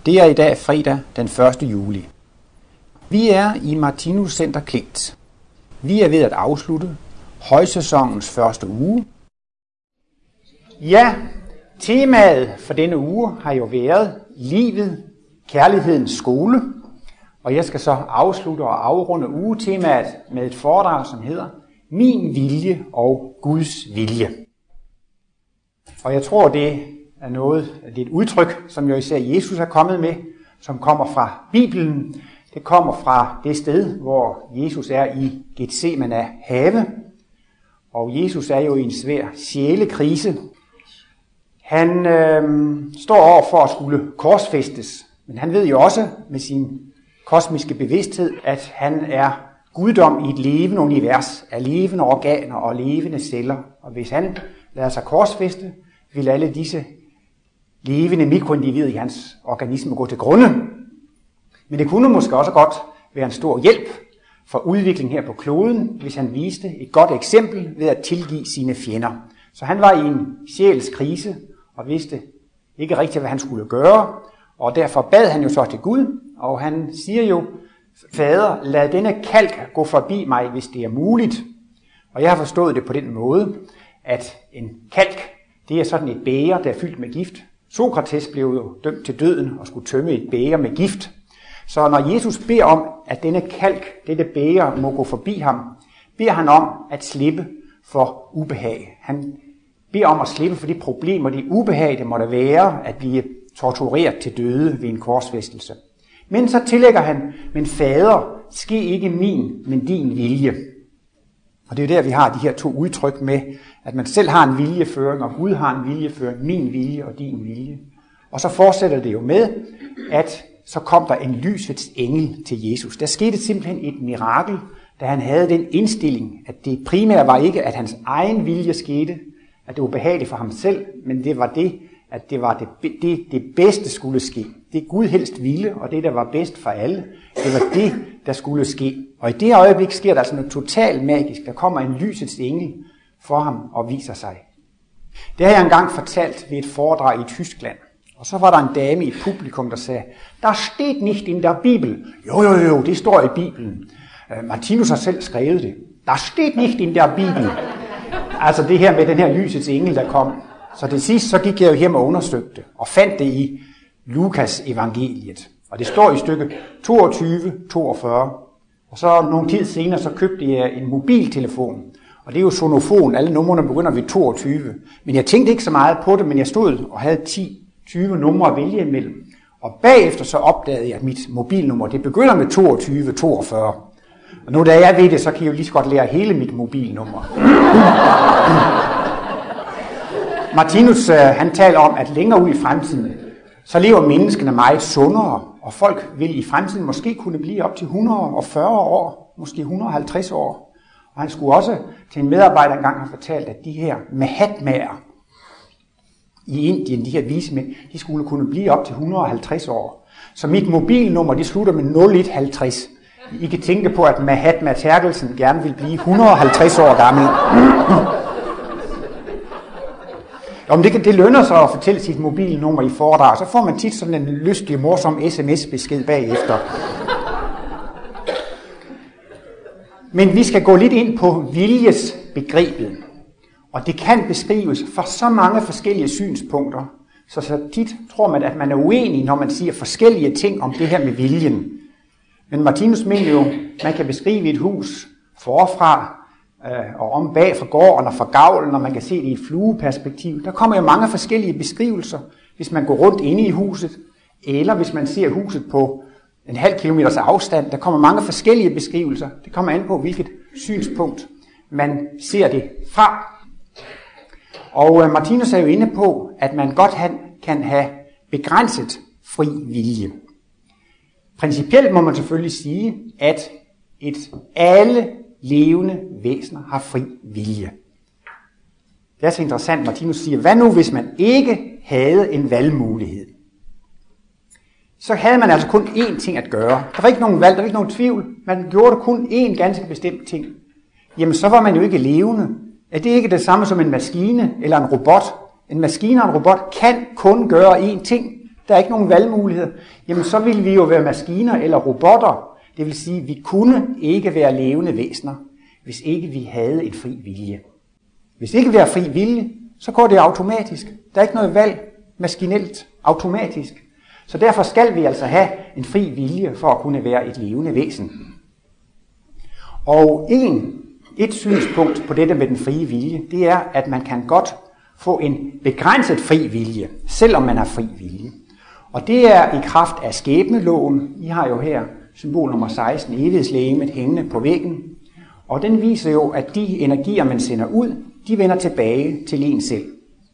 Det er i dag fredag den 1. juli. Vi er i Martinus Center Klint. Vi er ved at afslutte højsæsonens første uge. Ja, temaet for denne uge har jo været livet, kærlighedens skole. Og jeg skal så afslutte og afrunde ugetemaet med et foredrag, som hedder Min vilje og Guds vilje. Og jeg tror, det er et udtryk, som jo især Jesus er kommet med, som kommer fra Bibelen. Det kommer fra det sted, hvor Jesus er i Getsemane have. Og Jesus er jo i en svær sjælekrise. Han står over for at skulle korsfæstes, men han ved jo også med sin kosmiske bevidsthed, at han er guddom i et levende univers af levende organer og levende celler. Og hvis han lader sig korsfæste, vil alle disse levende mikroindivider i hans organisme gå til grunde. Men det kunne måske også godt være en stor hjælp for udviklingen her på kloden, hvis han viste et godt eksempel ved at tilgive sine fjender. Så han var i en sjælskrise og vidste ikke rigtigt, hvad han skulle gøre, og derfor bad han jo så til Gud, og han siger jo, Fader, lad denne kalk gå forbi mig, hvis det er muligt. Og jeg har forstået det på den måde, at en kalk, det er sådan et bæger, der er fyldt med gift. Sokrates blev jo dømt til døden og skulle tømme et bæger med gift. Så når Jesus beder om, at denne kalk, dette bæger, må gå forbi ham, beder han om at slippe for ubehag. Han beder om at slippe for de problemer, de ubehag, det måtte være at blive tortureret til døde ved en korsfæstelse. Men så tillægger han, men Fader, ske ikke min, men din vilje. Og det er jo der, vi har de her to udtryk med, at man selv har en viljeføring, og Gud har en viljeføring, min vilje og din vilje. Og så fortsætter det jo med, at så kom der en lysets engel til Jesus. Der skete simpelthen et mirakel, da han havde den indstilling, at det primære var ikke, at hans egen vilje skete, at det var behageligt for ham selv, men det var det, at det bedste skulle ske. Det Gud helst ville, og det, der var bedst for alle, det var det, der skulle ske. Og i det øjeblik sker der altså noget totalt magisk. Der kommer en lysets engel for ham og viser sig. Det har jeg engang fortalt ved et foredrag i Tyskland. Og så var der en dame i et publikum, der sagde, der steht nicht in der Bibel. Jo, det står i Bibelen. Martinus har selv skrevet det. Der steht nicht in der Bibel. Altså det her med den her lysets engel, der kom. Så til sidst så gik jeg jo hjem og undersøgte og fandt det i Lukas evangeliet. Og det står i stykke 22-42. Og så nogle tid senere så købte jeg en mobiltelefon. Og det er jo sonofon, alle numrene begynder ved 22. Men jeg tænkte ikke så meget på det, men jeg stod og havde 10-20 numre at vælge imellem. Og bagefter så opdagede jeg, at mit mobilnummer, det begynder med 22-42. Og nu da jeg ved det, så kan jeg jo lige så godt lære hele mit mobilnummer. Martinus han taler om, at længere ud i fremtiden, så lever menneskene meget sundere, og folk vil i fremtiden måske kunne blive op til 140 år, måske 150 år. Og han skulle også til en medarbejder engang have fortalt, at de her mahatmaer i Indien, de her vismænd, de skulle kunne blive op til 150 år. Så mit mobilnummer, det slutter med 0150. I kan tænke på, at Mahatma Terkelsen gerne vil blive 150 år gammel. Om det lønner sig at fortælle sit mobilnummer i foredrag, så får man tit sådan en lystig, morsom sms-besked bagefter. Men vi skal gå lidt ind på viljesbegrebet. Og det kan beskrives fra så mange forskellige synspunkter. Så tit tror man, at man er uenig, når man siger forskellige ting om det her med viljen. Men Martinus mener jo, man kan beskrive et hus forfra og om bag fra gården og fra gavlen, og man kan se det i et flueperspektiv. Der kommer jo mange forskellige beskrivelser, hvis man går rundt inde i huset, eller hvis man ser huset på en halv kilometers afstand. Der kommer mange forskellige beskrivelser. Det kommer an på, hvilket synspunkt man ser det fra. Og Martinus er jo inde på, at man godt kan have begrænset fri vilje. Principielt må man selvfølgelig sige, at alle levende væsener har fri vilje. Det er så interessant, Martinus siger, hvad nu hvis man ikke havde en valgmulighed? Så havde man altså kun én ting at gøre. Der var ikke nogen valg, der var ikke nogen tvivl. Man gjorde kun én ganske bestemt ting. Jamen så var man jo ikke levende. Er det ikke det samme som en maskine eller en robot? En maskine og en robot kan kun gøre én ting. der er ikke nogen valgmuligheder, jamen så ville vi jo være maskiner eller robotter. Det vil sige, at vi kunne ikke være levende væsener, hvis ikke vi havde en fri vilje. Hvis ikke vi har fri vilje, så går det automatisk. Der er ikke noget valg maskinelt, automatisk. Så derfor skal vi altså have en fri vilje for at kunne være et levende væsen. Og et synspunkt på dette med den frie vilje, det er, at man kan godt få en begrænset fri vilje, selvom man har fri vilje. Og det er i kraft af skæbneloven. I har jo her symbol nummer 16, evighedslegemet, hængende på væggen. Og den viser jo, at de energier, man sender ud, de vender tilbage til en selv.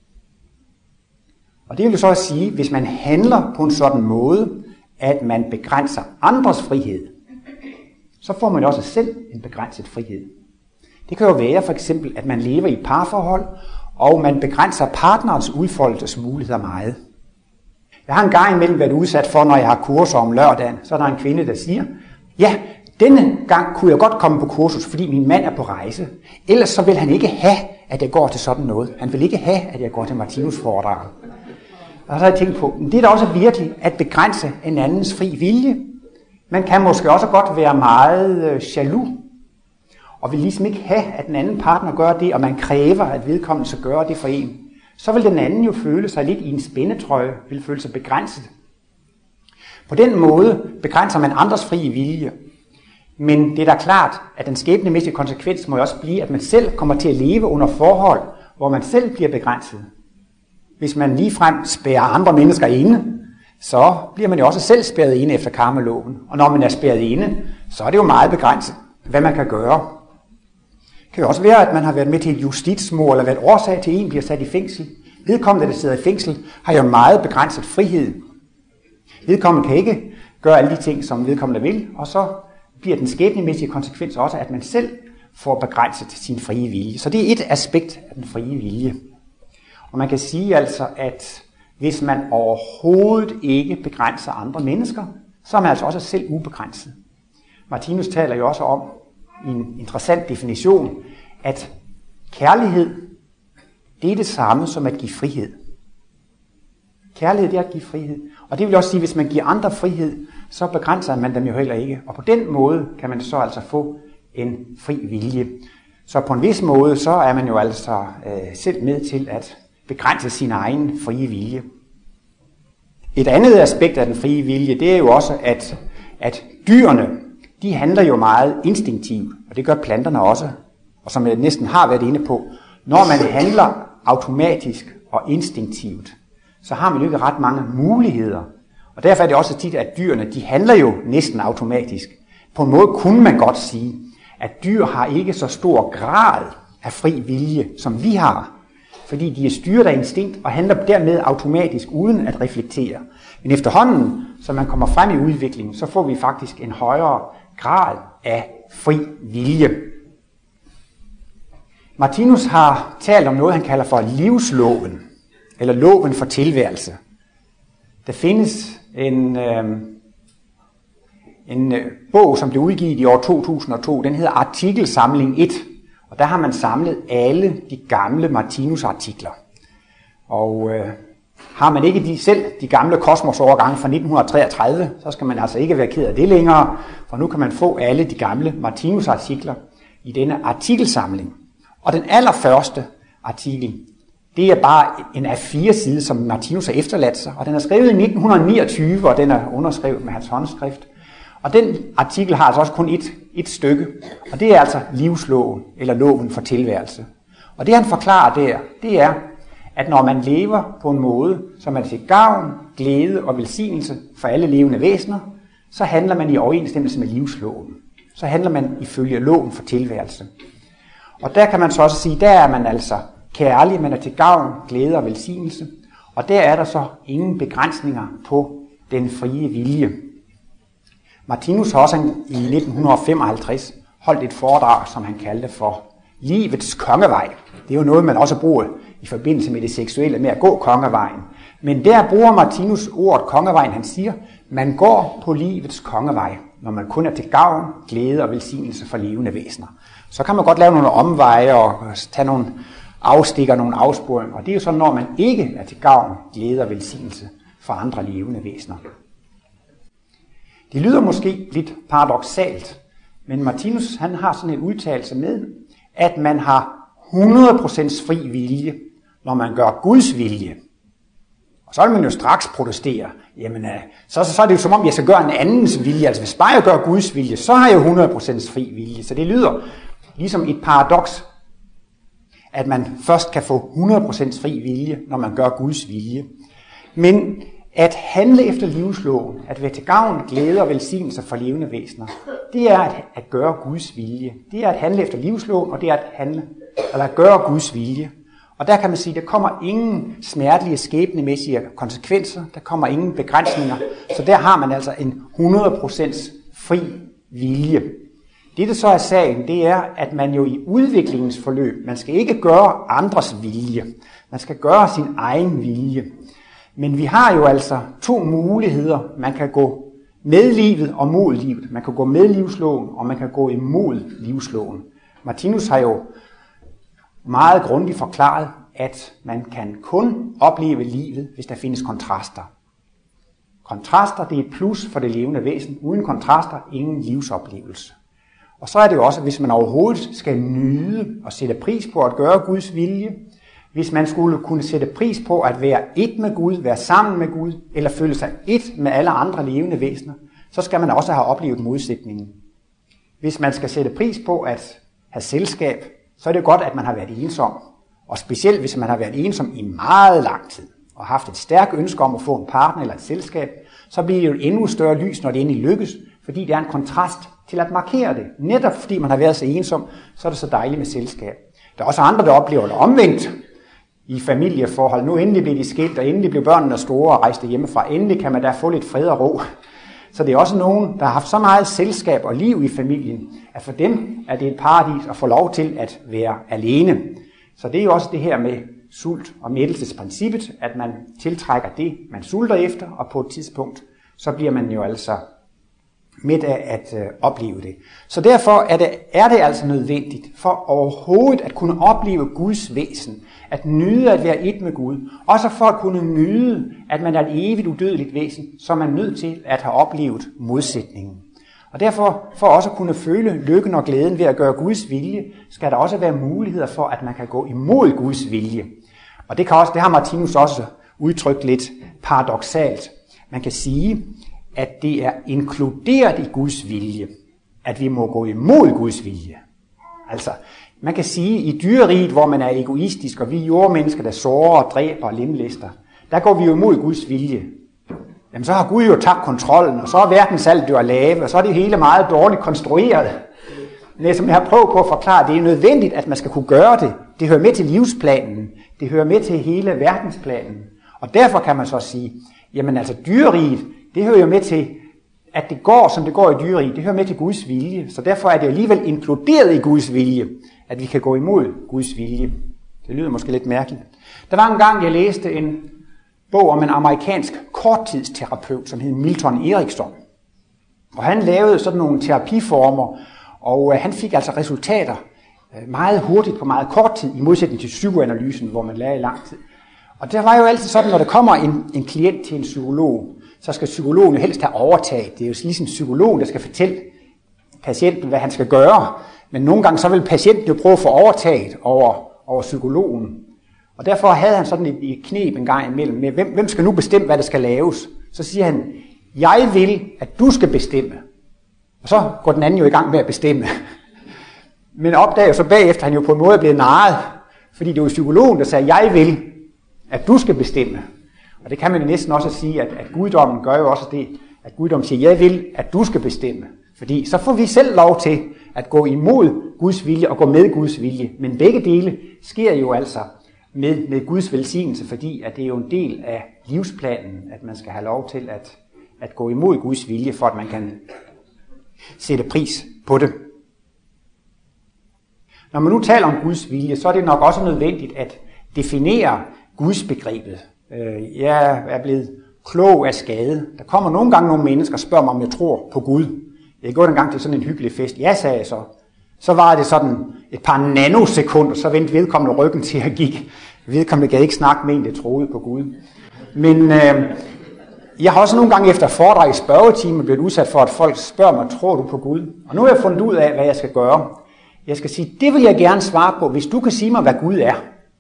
Og det vil jo så at sige, hvis man handler på en sådan måde, at man begrænser andres frihed, så får man også selv en begrænset frihed. Det kan jo være for eksempel, at man lever i et parforhold, og man begrænser partnerens udfoldelsesmuligheder meget. Jeg har en gang imellem været udsat for, når jeg har kurser om lørdagen, så er der en kvinde, der siger, ja, denne gang kunne jeg godt komme på kursus, fordi min mand er på rejse. Ellers så vil han ikke have, at jeg går til sådan noget. Han vil ikke have, at jeg går til Martinus foredrag. Og så har jeg tænkt på, det er da også virkelig at begrænse en andens fri vilje. Man kan måske også godt være meget jaloux, og vil ligesom ikke have, at den anden partner gør det, og man kræver, at vedkommende skal gøre det for en. Så vil den anden jo føle sig lidt i en spændetrøje, vil føle sig begrænset. På den måde begrænser man andres frie vilje. Men det er da klart, at den skæbnemæssige konsekvens må jo også blive, at man selv kommer til at leve under forhold, hvor man selv bliver begrænset. Hvis man ligefrem spærrer andre mennesker inde, så bliver man jo også selv spærret inde efter karmaloven. Og når man er spærret inde, så er det jo meget begrænset, hvad man kan gøre. Det kan jo også være, at man har været med til et justitsmord, eller været årsag til, at en bliver sat i fængsel. Vedkommende, der sidder i fængsel, har jo meget begrænset frihed. Vedkommende kan ikke gøre alle de ting, som vedkommende vil, og så bliver den skæbnemæssige konsekvens også, at man selv får begrænset sin frie vilje. Så det er et aspekt af den frie vilje. Og man kan sige altså, at hvis man overhovedet ikke begrænser andre mennesker, så er man altså også selv ubegrænset. Martinus taler jo også om, i en interessant definition, at kærlighed, det er det samme som at give frihed. Kærlighed, det er at give frihed. Og det vil også sige, at hvis man giver andre frihed, så begrænser man dem jo heller ikke. Og på den måde kan man så altså få en fri vilje. Så på en vis måde, så er man jo altså selv med til at begrænse sin egen frie vilje. Et andet aspekt af den frie vilje, det er jo også, at dyrene, de handler jo meget instinktivt, og det gør planterne også. Og som jeg næsten har været inde på, når man handler automatisk og instinktivt, så har man jo ikke ret mange muligheder. Og derfor er det også tit, at dyrene, de handler jo næsten automatisk. På en måde kunne man godt sige, at dyr har ikke så stor grad af fri vilje, som vi har. Fordi de er styret af instinkt og handler dermed automatisk uden at reflektere. Men efterhånden, som man kommer frem i udviklingen, så får vi faktisk en højere grad af fri vilje. Martinus har talt om noget, han kalder for livsloven, eller loven for tilværelse. Der findes en bog, som blev udgivet i år 2002, den hedder Artikelsamling 1, og der har man samlet alle de gamle Martinus-artikler. Og har man ikke selv de gamle kosmos-overgange fra 1933, så skal man altså ikke være ked af det længere, for nu kan man få alle de gamle Martinus-artikler i denne artikelsamling. Og den allerførste artikel, det er bare en A4-side, som Martinus har efterladt sig, og den er skrevet i 1929, og den er underskrevet med hans håndskrift. Og den artikel har altså også kun et stykke, og det er altså livsloven, eller loven for tilværelse. Og det han forklarer der, det er, at når man lever på en måde, som er til gavn, glæde og velsignelse for alle levende væsener, så handler man i overensstemmelse med livsloven. Så handler man ifølge loven for tilværelse. Og der kan man så også sige, der er man altså kærlig, man er til gavn, glæde og velsignelse. Og der er der så ingen begrænsninger på den frie vilje. Martinus har også i 1955 holdt et foredrag, som han kaldte for livets kongevej. Det er jo noget, man også bruger i forbindelse med det seksuelle, med at gå kongevejen. Men der bruger Martinus ordet kongevejen. Han siger, man går på livets kongevej, når man kun er til gavn, glæde og velsignelse for levende væsener. Så kan man godt lave nogle omveje og tage nogle afstikker, nogle afsporinger. Og det er jo så, når man ikke er til gavn, glæde og velsignelse for andre levende væsener. Det lyder måske lidt paradoksalt, men Martinus han har sådan en udtalelse med, at man har 100% fri vilje, når man gør Guds vilje. Og så vil man jo straks protestere. Jamen, så er det jo som om, jeg skal gøre en andens vilje. Altså hvis bare jeg gør Guds vilje, så har jeg jo 100% fri vilje. Så det lyder ligesom et paradoks, at man først kan få 100% fri vilje, når man gør Guds vilje. Men at handle efter livsloven, at være til gavn, glæde og velsignelse for levende væsener, det er at gøre Guds vilje. Det er at handle efter livsloven, og det er at gøre Guds vilje. Og der kan man sige, at der kommer ingen smertelige skæbnemæssige konsekvenser, der kommer ingen begrænsninger, så der har man altså en 100% fri vilje. Det så er sagen, det er, at man jo i udviklingens forløb, man skal ikke gøre andres vilje, man skal gøre sin egen vilje. Men vi har jo altså to muligheder. Man kan gå med livet og mod livet. Man kan gå med livsloven, og man kan gå imod livsloven. Martinus har jo meget grundigt forklaret, at man kan kun opleve livet, hvis der findes kontraster. Kontraster, det er et plus for det levende væsen. Uden kontraster, ingen livsoplevelse. Og så er det jo også, hvis man overhovedet skal nyde og sætte pris på at gøre Guds vilje, hvis man skulle kunne sætte pris på at være et med Gud, være sammen med Gud, eller føle sig et med alle andre levende væsener, så skal man også have oplevet modsætningen. Hvis man skal sætte pris på at have selskab, så er det godt, at man har været ensom. Og specielt hvis man har været ensom i meget lang tid, og haft et stærkt ønske om at få en partner eller et selskab, så bliver det jo et endnu større lys, når det endelig lykkes, fordi det er en kontrast til at markere det. Netop fordi man har været så ensom, så er det så dejligt med selskab. Der er også andre, der oplever det omvendt i familieforhold. Nu endelig bliver de skilt, og endelig bliver børnene store og rejste hjemmefra. Endelig kan man da få lidt fred og ro. Så det er også nogen, der har haft så meget selskab og liv i familien, at for dem er det et paradis at få lov til at være alene. Så det er jo også det her med sult- og mættelsesprincippet, at man tiltrækker det, man sulter efter, og på et tidspunkt, så bliver man jo altså midt af at opleve det. Så derfor er det altså nødvendigt for overhovedet at kunne opleve Guds væsen, at nyde at være et med Gud, også for at kunne nyde, at man er et evigt udødeligt væsen, så er man nødt til at have oplevet modsætningen. Og derfor, for også at kunne føle lykken og glæden ved at gøre Guds vilje, skal der også være muligheder for, at man kan gå imod Guds vilje. Og det har Martinus også udtrykt lidt paradoksalt. Man kan sige, at det er inkluderet i Guds vilje, at vi må gå imod Guds vilje. Altså, man kan sige, at i dyreriget, hvor man er egoistisk, og vi er jordmennesker, der sårer og dræber og lemlæster, der går vi jo imod Guds vilje. Jamen, så har Gud jo tabt kontrollen, og så er verdens alt jo lave, og så er det hele meget dårligt konstrueret. Men som jeg har prøvet på at forklare, det er nødvendigt, at man skal kunne gøre det. Det hører med til livsplanen. Det hører med til hele verdensplanen. Og derfor kan man så sige, jamen altså dyreriget, det hører jo med til, at det går, som det går i dyreriget. Det hører med til Guds vilje. Så derfor er det alligevel inkluderet i Guds vilje, at vi kan gå imod Guds vilje. Det lyder måske lidt mærkeligt. Der var en gang, jeg læste en bog om en amerikansk korttidsterapeut, som hed Milton Erickson. Og han lavede sådan nogle terapiformer, og han fik altså resultater meget hurtigt på meget kort tid, i modsætning til psykoanalysen, hvor man lærer i lang tid. Og det var jo altid sådan, når der kommer en klient til en psykolog, så skal psykologen jo helst have overtaget. Det er jo ligesom psykologen, der skal fortælle patienten, hvad han skal gøre. Men nogle gange så vil patienten jo prøve at få overtaget over psykologen. Og derfor havde han sådan et kneb en gang imellem med, hvem skal nu bestemme, hvad der skal laves? Så siger han, jeg vil, at du skal bestemme. Og så går den anden jo i gang med at bestemme. Men opdager så bagefter, han jo på en måde er blevet narret, fordi det var psykologen, der sagde, jeg vil, at du skal bestemme. Og det kan man jo næsten også sige, at guddommen gør jo også det, at guddommen siger, jeg vil, at du skal bestemme. Fordi så får vi selv lov til at gå imod Guds vilje og gå med Guds vilje. Men begge dele sker jo altså med Guds velsignelse, fordi at det er jo en del af livsplanen, at man skal have lov til at gå imod Guds vilje, for at man kan sætte pris på det. Når man nu taler om Guds vilje, så er det nok også nødvendigt at definere Guds begrebet. Jeg er blevet klog af skade. Der kommer nogle gange nogle mennesker og spørger mig, om jeg tror på Gud. Jeg gik en gang til sådan en hyggelig fest. Ja, sagde jeg så. Så var det sådan et par nanosekunder, så vendte vedkommende ryggen til at gik. Vedkommende gad ikke snakke med en, der troede på Gud. Men Jeg har også nogle gange efter foredrag i spørgetimen blevet udsat for, at folk spørger mig, tror du på Gud? Og nu har jeg fundet ud af, hvad jeg skal gøre. Jeg skal sige, det vil jeg gerne svare på, hvis du kan sige mig, hvad Gud er.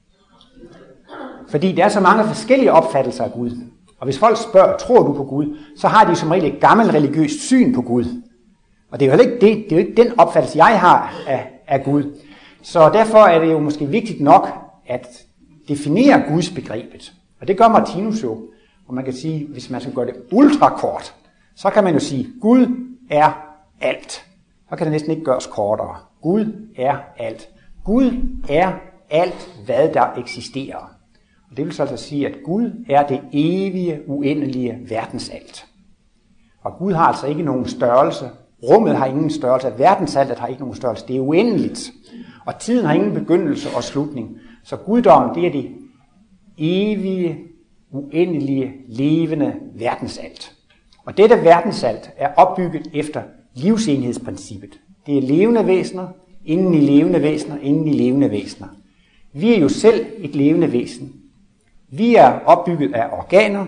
Fordi der er så mange forskellige opfattelser af Gud. Og hvis folk spørger, tror du på Gud, så har de som regel et gammelt religiøst syn på Gud. Og det er jo heller ikke det. Det er jo ikke den opfattelse, jeg har af Gud. Så derfor er det jo måske vigtigt nok at definere Guds begrebet. Og det gør Martinus jo. Og man kan sige, hvis man skal gøre det ultrakort, så kan man jo sige, Gud er alt. Så kan det næsten ikke gøres kortere. Gud er alt. Gud er alt, hvad der eksisterer. Og det vil så altså sige, at Gud er det evige, uendelige verdensalt. Og Gud har altså ikke nogen størrelse. Rummet har ingen størrelse. Verdensaltet har ikke nogen størrelse. Det er uendeligt. Og tiden har ingen begyndelse og slutning. Så guddommen, det er det evige, uendelige, levende verdensalt. Og dette verdensalt er opbygget efter livsenhedsprincippet. Det er levende væsener, inden i levende væsener, inden i levende væsener. Vi er jo selv et levende væsen. Vi er opbygget af organer,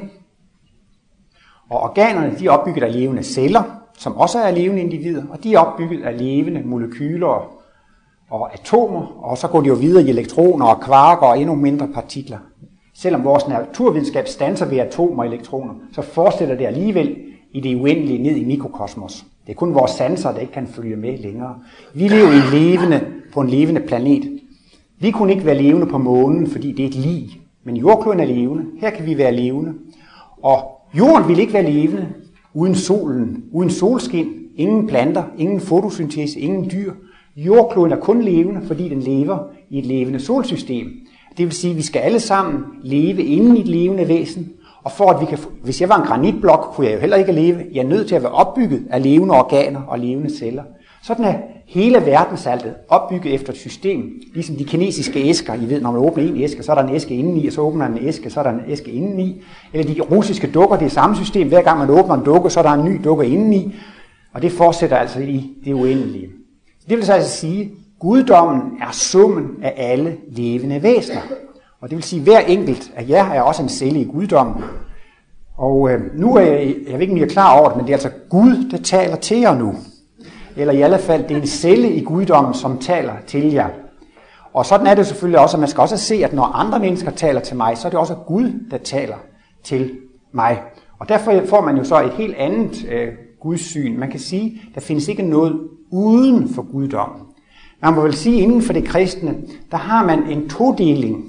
og organerne de er opbygget af levende celler, som også er levende individer, og de er opbygget af levende molekyler og atomer, og så går de jo videre i elektroner og kvarker og endnu mindre partikler. Selvom vores naturvidenskab standser ved atomer og elektroner, så fortsætter det alligevel i det uendelige ned i mikrokosmos. Det er kun vores sanser, der ikke kan følge med længere. Vi lever på en levende planet. Vi kunne ikke være levende på månen, fordi det er et lig. Men jordkloden er levende. Her kan vi være levende. Og jorden vil ikke være levende uden solen, uden solskin, ingen planter, ingen fotosyntese, ingen dyr. Jordkloden er kun levende, fordi den lever i et levende solsystem. Det vil sige, at vi skal alle sammen leve inden i et levende væsen. Og for at vi kan, hvis jeg var en granitblok, kunne jeg jo heller ikke leve. Jeg er nødt til at være opbygget af levende organer og levende celler. Sådan er hele verdensaltet opbygget efter et system, ligesom de kinesiske æsker. I ved, når man åbner en æske, så er der en æske indeni, og så åbner man en æske, så er der en æske indeni. Eller de russiske dukker, det er samme system. Hver gang man åbner en dukke, så er der en ny dukke indeni. Og det fortsætter altså i det uendelige. Det vil så altså sige, at guddommen er summen af alle levende væsener. Og det vil sige, at hver enkelt af jer er også en celle i guddommen. Og nu er jeg ved ikke, om I er klar over det, men det er altså Gud, der taler til jer nu. Eller i alle fald, det er en celle i guddommen, som taler til jer. Og sådan er det selvfølgelig også, at man skal også se, at når andre mennesker taler til mig, så er det også Gud, der taler til mig. Og derfor får man jo så et helt andet Guds syn. Man kan sige, at der findes ikke noget uden for guddommen. Man må vel sige, at inden for det kristne, der har man en todeling.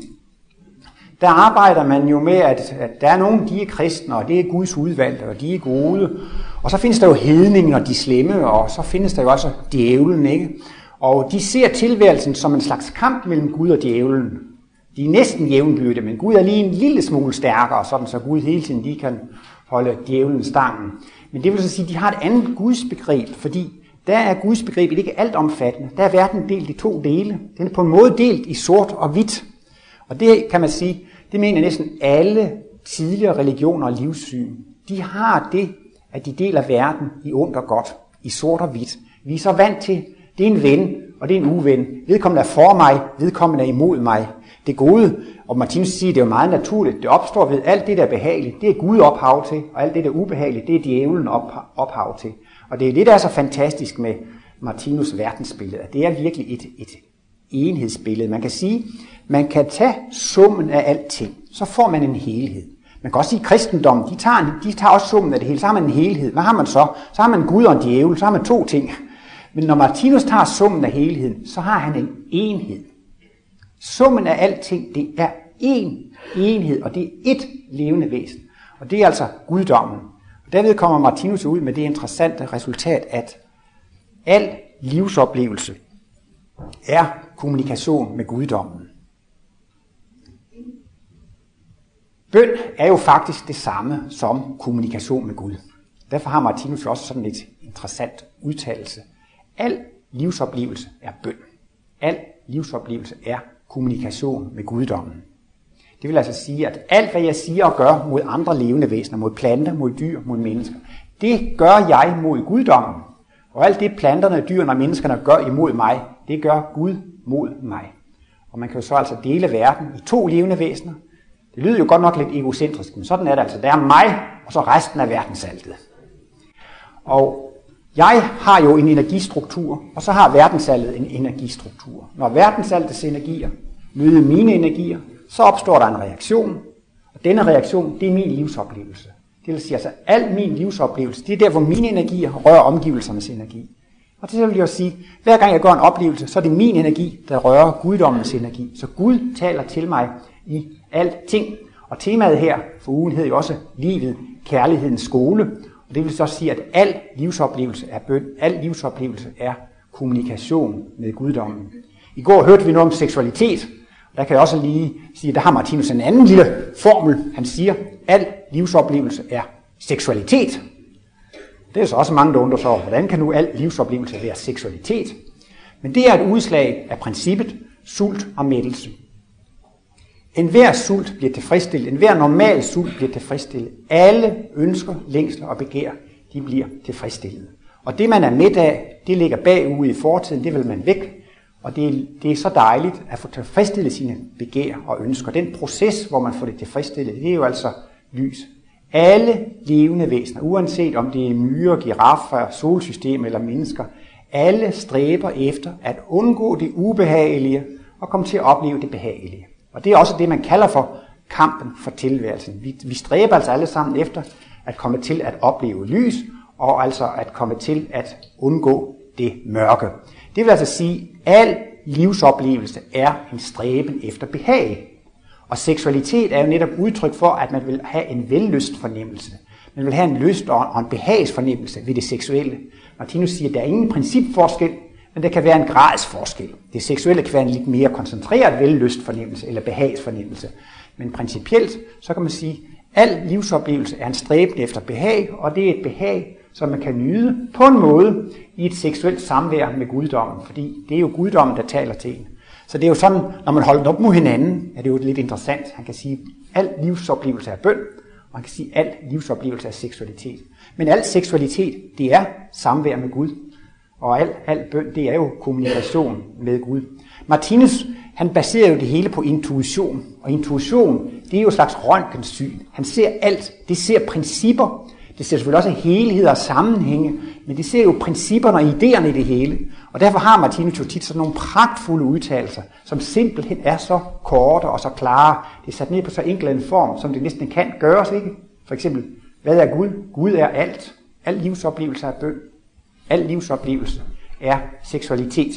Der arbejder man jo med, at der er nogen, de er kristne, og det er Guds udvalgte, og de er gode. Og så findes der jo hedningen og de slemme, og så findes der jo også djævlen, ikke? Og de ser tilværelsen som en slags kamp mellem Gud og djævlen. De er næsten jævnbyrde, men Gud er lige en lille smule stærkere, sådan så Gud hele tiden de kan holde djævlen stangen. Men det vil så sige, at de har et andet Guds begreb, fordi der er Guds begrebet ikke altomfattende. Der er verden delt i to dele. Den er på en måde delt i sort og hvidt. Og det kan man sige, det mener næsten alle tidligere religioner og livssyn. De har det, at de deler verden i ondt og godt, i sort og hvidt. Vi er så vant til, det er en ven, og det er en uven. Vedkommende er for mig, vedkommende er imod mig. Det gode, og Martinus siger, det er jo meget naturligt, det opstår ved alt det, der er behageligt, det er Gud ophav til, og alt det, der er ubehageligt, det er djævlen ophav til. Og det er det, der er så fantastisk med Martinus' verdensbillede, at det er virkelig et enhedsbillede. Man kan sige, man kan tage summen af alting, så får man en helhed. Man kan også sige, at kristendommen, de tager også summen af det hele, så har man en helhed. Hvad har man så? Så har man Gud og en djævel, så har man to ting. Men når Martinus tager summen af helheden, så har han en enhed. Summen af alting, det er én enhed, og det er ét levende væsen. Og det er altså guddommen. Og derved kommer Martinus ud med det interessante resultat, at al livsoplevelse er kommunikation med guddommen. Bøn er jo faktisk det samme som kommunikation med Gud. Derfor har Martinus også sådan et interessant udtalelse. Al livsoplevelse er bøn. Al livsoplevelse er kommunikation med guddommen. Det vil altså sige, at alt hvad jeg siger og gør mod andre levende væsener, mod planter, mod dyr, mod mennesker, det gør jeg mod guddommen. Og alt det planterne, dyrene og menneskerne gør imod mig, det gør Gud mod mig. Og man kan jo så altså dele verden i to levende væsener. Det lyder jo godt nok lidt egocentrisk, men sådan er det altså. Der er mig, og så resten af verdensaltet. Og jeg har jo en energistruktur, og så har verdensaltet en energistruktur. Når verdensaltets energier møder mine energier, så opstår der en reaktion, og denne reaktion, det er min livsoplevelse. Det vil sige, altså al min livsoplevelse, det er der, hvor mine energier rører omgivelsernes energi. Og det vil jeg sige, hver gang jeg gør en oplevelse, så er det min energi, der rører guddommens energi. Så Gud taler til mig i alting. Og temaet her for ugen hedder jo også livet, kærlighedens skole. Og det vil så sige, at al livsoplevelse er bøn, al livsoplevelse er kommunikation med guddommen. I går hørte vi noget om seksualitet. Der kan jeg også lige sige, at der har Martinus en anden lille formel. Han siger, at al livsoplevelse er seksualitet. Det er så også mange, der undrer sig over, hvordan kan nu al livsoplevelse være seksualitet? Men det er et udslag af princippet sult og mættelse. Enhver sult bliver tilfredsstillet, enhver normal sult bliver tilfredsstillet. Alle ønsker, længsler og begær, de bliver tilfredsstillet. Og det man er mæt af, det ligger bagude i fortiden, det vil man væk. Og det er så dejligt at få tilfredsstillet sine begær og ønsker. Den proces, hvor man får det tilfredsstillet, det er jo altså lys. Alle levende væsener, uanset om det er myrer, giraffer, solsystem eller mennesker, alle stræber efter at undgå det ubehagelige og komme til at opleve det behagelige. Og det er også det, man kalder for kampen for tilværelsen. Vi stræber altså alle sammen efter at komme til at opleve lys, og altså at komme til at undgå det mørke. Det vil altså sige, at al livsoplevelse er en stræben efter behag. Og seksualitet er jo netop udtryk for, at man vil have en vellystfornemmelse. Man vil have en lyst og en behagsfornemmelse ved det seksuelle. Martinus siger, at der er ingen principforskel, men der kan være en gradsforskel. Det seksuelle kan være en lidt mere koncentreret vellystfornemmelse eller behagsfornemmelse. Men principielt, så kan man sige, at al livsoplevelse er en stræben efter behag, og det er et behag, som man kan nyde på en måde i et seksuelt samvær med guddommen, fordi det er jo guddommen, der taler til en. Så det er jo sådan, når man holder op mod hinanden, er det jo lidt interessant. Han kan sige, at al livsoplevelse er bøn, og han kan sige, at al livsoplevelse er seksualitet. Men al seksualitet, det er samvær med Gud. Og al bøn, det er jo kommunikation med Gud. Martinus, han baserer jo det hele på intuition. Og intuition, det er jo et slags røntgensyn. Han ser alt. Det ser principper. Det ser selvfølgelig også helheder og sammenhænge, men det ser jo principperne og idéerne i det hele. Og derfor har Martinus jo tit sådan nogle pragtfulde udtalelser, som simpelthen er så korte og så klare. Det er sat ned på så enkel en form, som det næsten kan gøres, ikke? For eksempel, hvad er Gud? Gud er alt. Al livsoplevelse er bøn. Al livsoplevelse er seksualitet.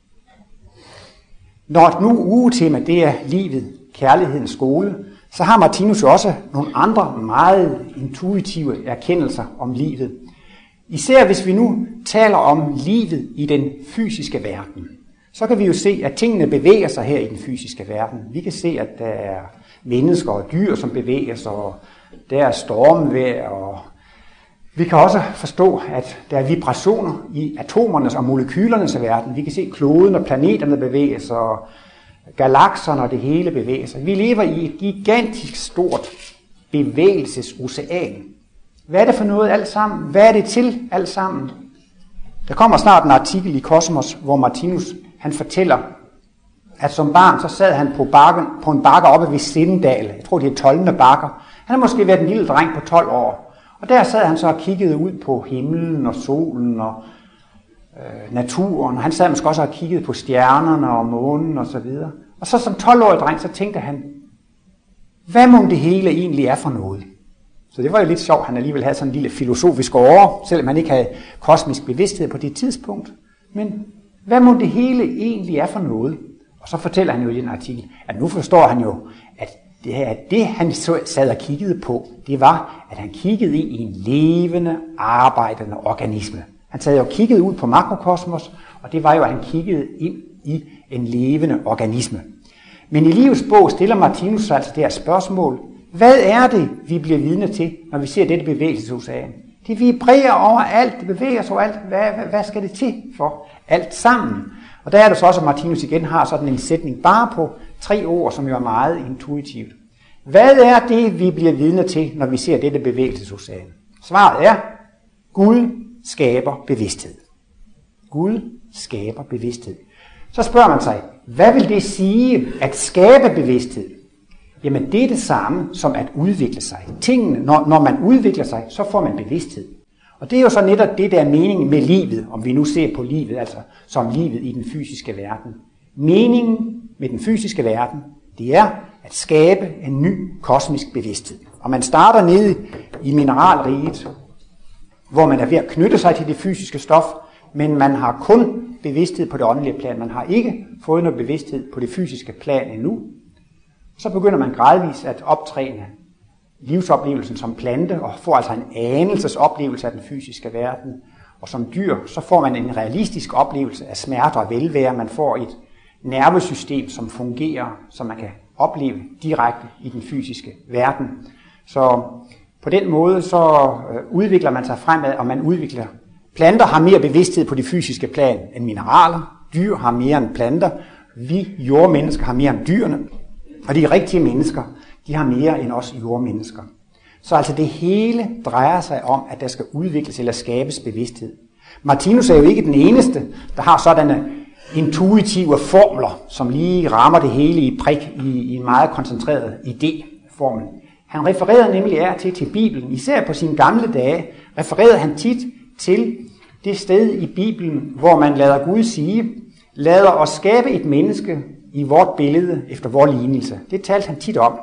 Når nu ugetema, det er livet, kærlighedens skole, så har Martinus jo også nogle andre meget intuitive erkendelser om livet. Især hvis vi nu taler om livet i den fysiske verden, så kan vi jo se, at tingene bevæger sig her i den fysiske verden. Vi kan se, at der er mennesker og dyr, som bevæger sig, og der er stormvejr, og vi kan også forstå, at der er vibrationer i atomernes og molekylernes verden. Vi kan se kloden og planeterne bevæge sig, og galakserne og det hele bevæger sig. Vi lever i et gigantisk stort bevægelsesocean. Hvad er det for noget alt sammen? Hvad er det til alt sammen? Der kommer snart en artikel i Kosmos, hvor Martinus han fortæller, at som barn så sad han på en bakke oppe ved Sindal. Jeg tror, det er 12. bakker. Han har måske været en lille dreng på 12 år. Og der sad han så og kiggede ud på himlen og solen og naturen. Og han sad måske også og kiggede på stjernerne og månen og så videre. Og så som 12-årig dreng, så tænkte han, hvad må det hele egentlig er for noget? Så det var jo lidt sjovt, han alligevel havde sådan en lille filosofisk åre, selvom han ikke havde kosmisk bevidsthed på det tidspunkt. Men hvad må det hele egentlig er for noget? Og så fortæller han jo i den artikel, at nu forstår han jo, at det han sad og kiggede på, det var, at han kiggede ind i en levende, arbejdende organisme. Han sad jo og kiggede ud på makrokosmos, og det var jo, at han kiggede ind i en levende organisme. Men i livets bog stiller Martinus altså det her spørgsmål. Hvad er det, vi bliver vidne til, når vi ser dette bevægelsesocean? Det vibrerer overalt, det bevæger sig overalt. Hvad skal det til for? Alt sammen. Og der er det så også, at Martinus igen har sådan en sætning bare på 3 ord, som jo er meget intuitivt. Hvad er det, vi bliver vidne til, når vi ser dette bevægelsesocean? Svaret er, Gud skaber bevidsthed. Gud skaber bevidsthed. Så spørger man sig, hvad vil det sige at skabe bevidsthed? Jamen det er det samme som at udvikle sig. Tingene, når man udvikler sig, så får man bevidsthed. Og det er jo så netop det, der er meningen med livet, om vi nu ser på livet, altså som livet i den fysiske verden. Meningen med den fysiske verden, det er at skabe en ny kosmisk bevidsthed. Og man starter nede i mineralriget, hvor man er ved at knytte sig til det fysiske stof, men man har kun bevidsthed på det åndelige plan. Man har ikke fået noget bevidsthed på det fysiske plan endnu. Så begynder man gradvist at optræne livsoplevelsen som plante, og får altså en anelsesoplevelse af den fysiske verden. Og som dyr, så får man en realistisk oplevelse af smerte og velvære. Man får et nervesystem, som fungerer, som man kan opleve direkte i den fysiske verden. Så på den måde, så udvikler man sig fremad, og man udvikler. Planter har mere bevidsthed på det fysiske plan end mineraler. Dyr har mere end planter. Vi jordmennesker har mere end dyrene. Og de rigtige mennesker, de har mere end os jordmennesker. Så altså det hele drejer sig om, at der skal udvikles eller skabes bevidsthed. Martinus er jo ikke den eneste, der har sådanne intuitive formler, som lige rammer det hele i prik i en meget koncentreret idéformel. Han refererede nemlig til Bibelen, især på sine gamle dage, refererede han tit til det sted i Bibelen, hvor man lader Gud sige, lader os skabe et menneske i vort billede efter vor lignelse. Det talte han tit om.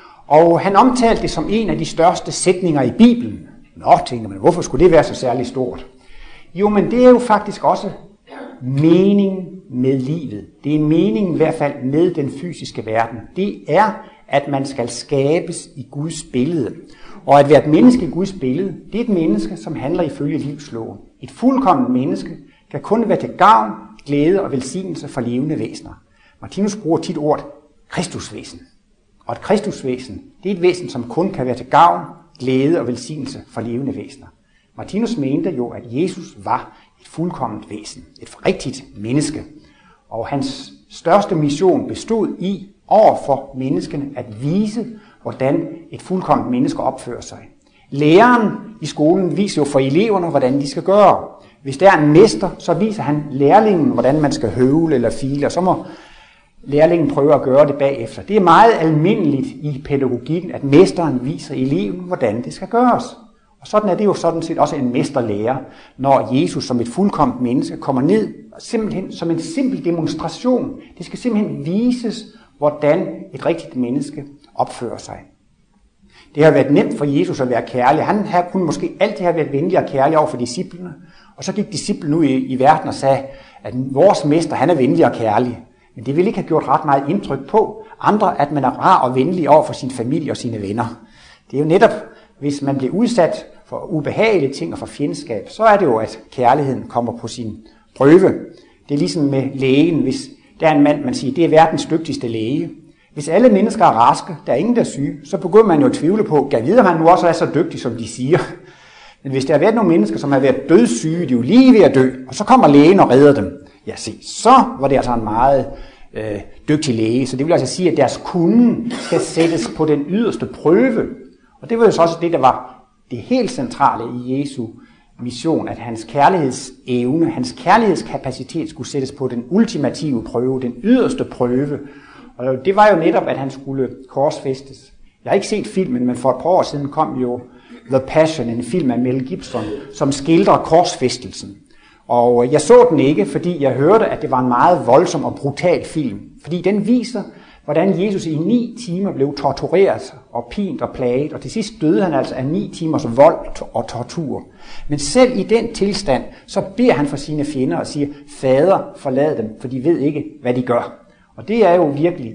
Og han omtalte det som en af de største sætninger i Bibelen. Nå, tænkte man, hvorfor skulle det være så særligt stort? Jo, men det er jo faktisk også meningen med livet. Det er meningen i hvert fald med den fysiske verden. Det er, at man skal skabes i Guds billede. Og at være et menneske i Guds billede, det er et menneske, som handler ifølge livsloven. Et fuldkomment menneske kan kun være til gavn, glæde og velsignelse for levende væsener. Martinus bruger tit ordet kristusvæsen. Og et kristusvæsen, det er et væsen, som kun kan være til gavn, glæde og velsignelse for levende væsener. Martinus mente jo, at Jesus var et fuldkomment væsen, et rigtigt menneske. Og hans største mission bestod i overfor menneskene at vise, hvordan et fuldkomment menneske opfører sig. Læreren i skolen viser jo for eleverne, hvordan de skal gøre. Hvis der er en mester, så viser han lærlingen, hvordan man skal høvle eller file, og så må lærlingen prøve at gøre det bagefter. Det er meget almindeligt i pædagogikken, at mesteren viser eleven, hvordan det skal gøres. Og sådan er det jo sådan set også en mesterlærer, når Jesus som et fuldkomment menneske kommer ned, simpelthen som en simpel demonstration. Det skal simpelthen vises, hvordan et rigtigt menneske opfører sig. Det har været nemt for Jesus at være kærlig. Han kunne måske altid have været venlig og kærlig over for disciplene. Og så gik disciplene ud i verden og sagde, at vores mester, han er venlig og kærlig. Men det ville ikke have gjort ret meget indtryk på andre, at man er rar og venlig over for sin familie og sine venner. Det er jo netop, hvis man bliver udsat for ubehagelige ting og for fjendskab, så er det jo, at kærligheden kommer på sin prøve. Det er ligesom med lægen, hvis der er en mand, man siger, det er verdens dygtigste læge. Hvis alle mennesker er raske, der er ingen, der er syge, så begynder man jo at tvivle på, kan vide, at han nu også er så dygtig, som de siger. Men hvis der har været nogle mennesker, som har været dødssyge, de er jo lige ved at dø, og så kommer lægen og redder dem, ja se, så var det altså en meget dygtig læge. Så det vil altså sige, at deres kunnen skal sættes på den yderste prøve. Og det var jo så også det, der var det helt centrale i Jesu mission, at hans kærlighedsevne, hans kærlighedskapacitet skulle sættes på den ultimative prøve, den yderste prøve. Og det var jo netop, at han skulle korsfæstes. Jeg har ikke set filmen, men for et par år siden kom jo The Passion, en film af Mel Gibson, som skildrer korsfæstelsen. Og jeg så den ikke, fordi jeg hørte, at det var en meget voldsom og brutal film. Fordi den viser, hvordan Jesus i 9 timer blev tortureret og pint og plaget, og til sidst døde han altså af 9 timers vold og tortur. Men selv i den tilstand, så beder han for sine fjender og siger, Fader, forlad dem, for de ved ikke, hvad de gør. Og det er jo virkelig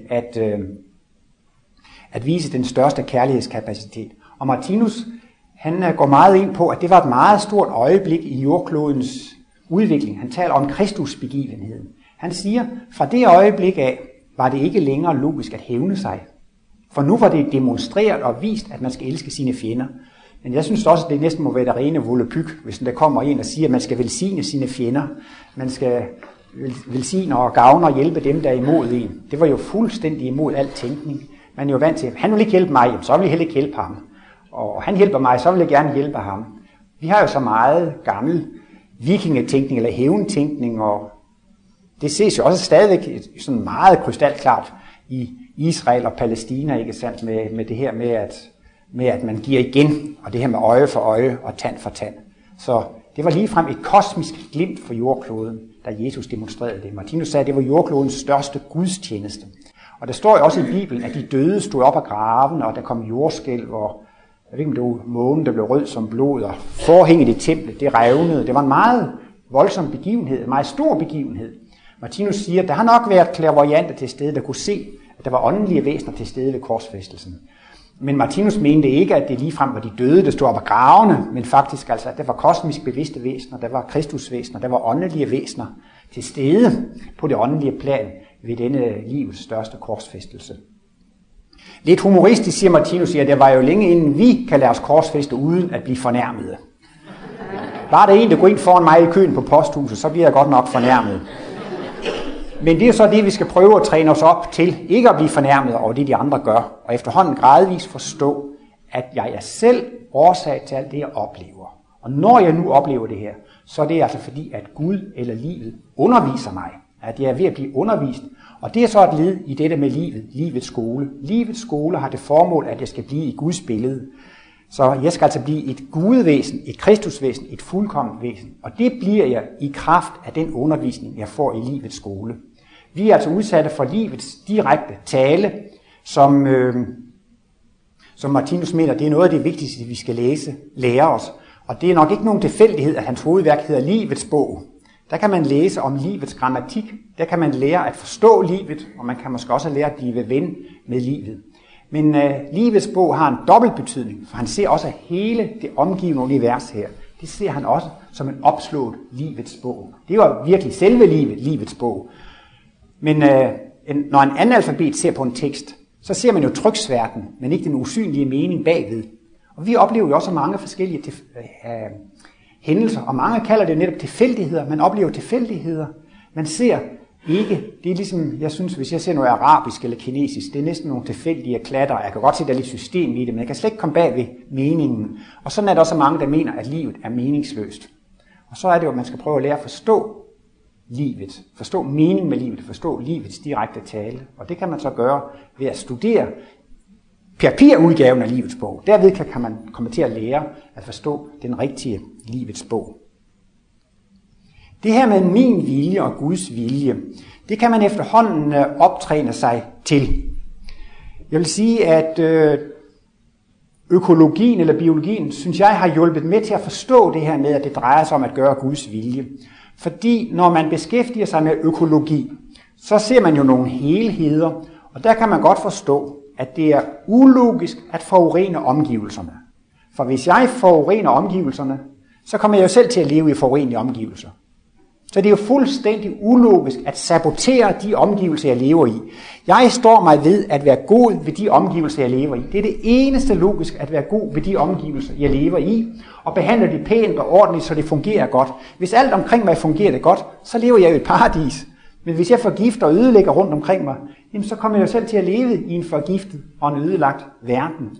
at vise den største kærlighedskapacitet. Og Martinus, han går meget ind på, at det var et meget stort øjeblik i jordklodens udvikling. Han taler om Kristusbegivenheden. Han siger, fra det øjeblik af var det ikke længere logisk at hævne sig. For nu var det demonstreret og vist, at man skal elske sine fjender. Men jeg synes også, at det næsten må være det rene volapyk, hvis der kommer en og siger, at man skal velsigne sine fjender. Man skal velsigne og gavne og hjælpe dem, der er imod en. Det var jo fuldstændig imod al tænkning. Man er jo vant til, han vil ikke hjælpe mig, så vil jeg heller ikke hjælpe ham. Og han hjælper mig, så vil jeg gerne hjælpe ham. Vi har jo så meget gammel vikingetænkning eller hævntænkning, og det ses jo også stadigvæk sådan meget krystalklart i Israel og Palæstina, ikke sandt, med det her med at man giver igen, og det her med øje for øje og tand for tand. Så det var ligefrem et kosmisk glimt for jordkloden, da Jesus demonstrerede det. Martinus sagde, at det var jordklodens største gudstjeneste. Og der står jo også i Bibelen, at de døde stod op af graven, og der kom jordskælv, og jeg ved ikke, om det var månen, der blev rød som blod, og forhænget i templet, det revnede. Det var en meget voldsom begivenhed, en meget stor begivenhed. Martinus siger, at der har nok været clairvoyanter til stede, der kunne se, at der var åndelige væsener til stede ved korsfæstelsen. Men Martinus mente ikke, at det ligefrem var de døde, der stod op af gravene, men faktisk altså, at der var kosmisk bevidste væsener, der var kristusvæsener, der var åndelige væsener til stede på det åndelige plan ved denne livets største korsfæstelse. Lidt humoristisk siger Martinus, at det var jo længe inden vi kan lade os korsfæste uden at blive fornærmede. Bare der en, der går ind foran mig i køen på posthuset, så bliver jeg godt nok fornærmet. Men det er så det, vi skal prøve at træne os op til, ikke at blive fornærmet over det, de andre gør, og efterhånden gradvist forstå, at jeg er selv årsag til alt det, jeg oplever. Og når jeg nu oplever det her, så er det altså fordi, at Gud eller livet underviser mig, at jeg er ved at blive undervist. Og det er så et led i dette med livet, livets skole. Livets skole har det formål, at jeg skal blive i Guds billede. Så jeg skal altså blive et gudevæsen, et kristusvæsen, et fuldkomment væsen. Og det bliver jeg i kraft af den undervisning, jeg får i livets skole. Vi er altså udsatte for livets direkte tale, som Martinus mener, det er noget af det vigtigste, vi skal lære os. Og det er nok ikke nogen tilfældighed, at hans hovedværk hedder Livets bog. Der kan man læse om livets grammatik, der kan man lære at forstå livet, og man kan måske også lære at blive ven med livet. Men livets bog har en dobbelt betydning, for han ser også hele det omgivende univers her. Det ser han også som en opslået livets bog. Det var virkelig selve livet, livets bog. Men når en analfabet ser på en tekst, så ser man jo tryksværten, men ikke den usynlige mening bagved. Og vi oplever jo også mange forskellige hændelser, og mange kalder det netop tilfældigheder. Man oplever tilfældigheder. Man ser ikke, det er ligesom, jeg synes, hvis jeg ser noget arabisk eller kinesisk, det er næsten nogle tilfældige klatter. Jeg kan godt se, at der er lidt system i det, men jeg kan slet ikke komme bag ved meningen. Og sådan er der også mange, der mener, at livet er meningsløst. Og så er det jo, at man skal prøve at lære at forstå livet, forstå meningen med livet, forstå livets direkte tale. Og det kan man så gøre ved at studere papirudgaven af livets bog. Derved kan man komme til at lære at forstå den rigtige livets bog. Det her med min vilje og Guds vilje, det kan man efterhånden optræne sig til. Jeg vil sige, at økologien eller biologien, synes jeg, har hjulpet med til at forstå det her med, at det drejer sig om at gøre Guds vilje. Fordi når man beskæftiger sig med økologi, så ser man jo nogle helheder, og der kan man godt forstå, at det er ulogisk at forurene omgivelserne. For hvis jeg forurener omgivelserne, så kommer jeg jo selv til at leve i forurenede omgivelser. Så det er jo fuldstændig ulogisk at sabotere de omgivelser, jeg lever i. Jeg står mig ved at være god ved de omgivelser, jeg lever i. Det er det eneste logisk at være god ved de omgivelser, jeg lever i, og behandle det pænt og ordentligt, så det fungerer godt. Hvis alt omkring mig fungerer det godt, så lever jeg i et paradis. Men hvis jeg forgifter og ødelægger rundt omkring mig, jamen så kommer jeg jo selv til at leve i en forgiftet og en ødelagt verden.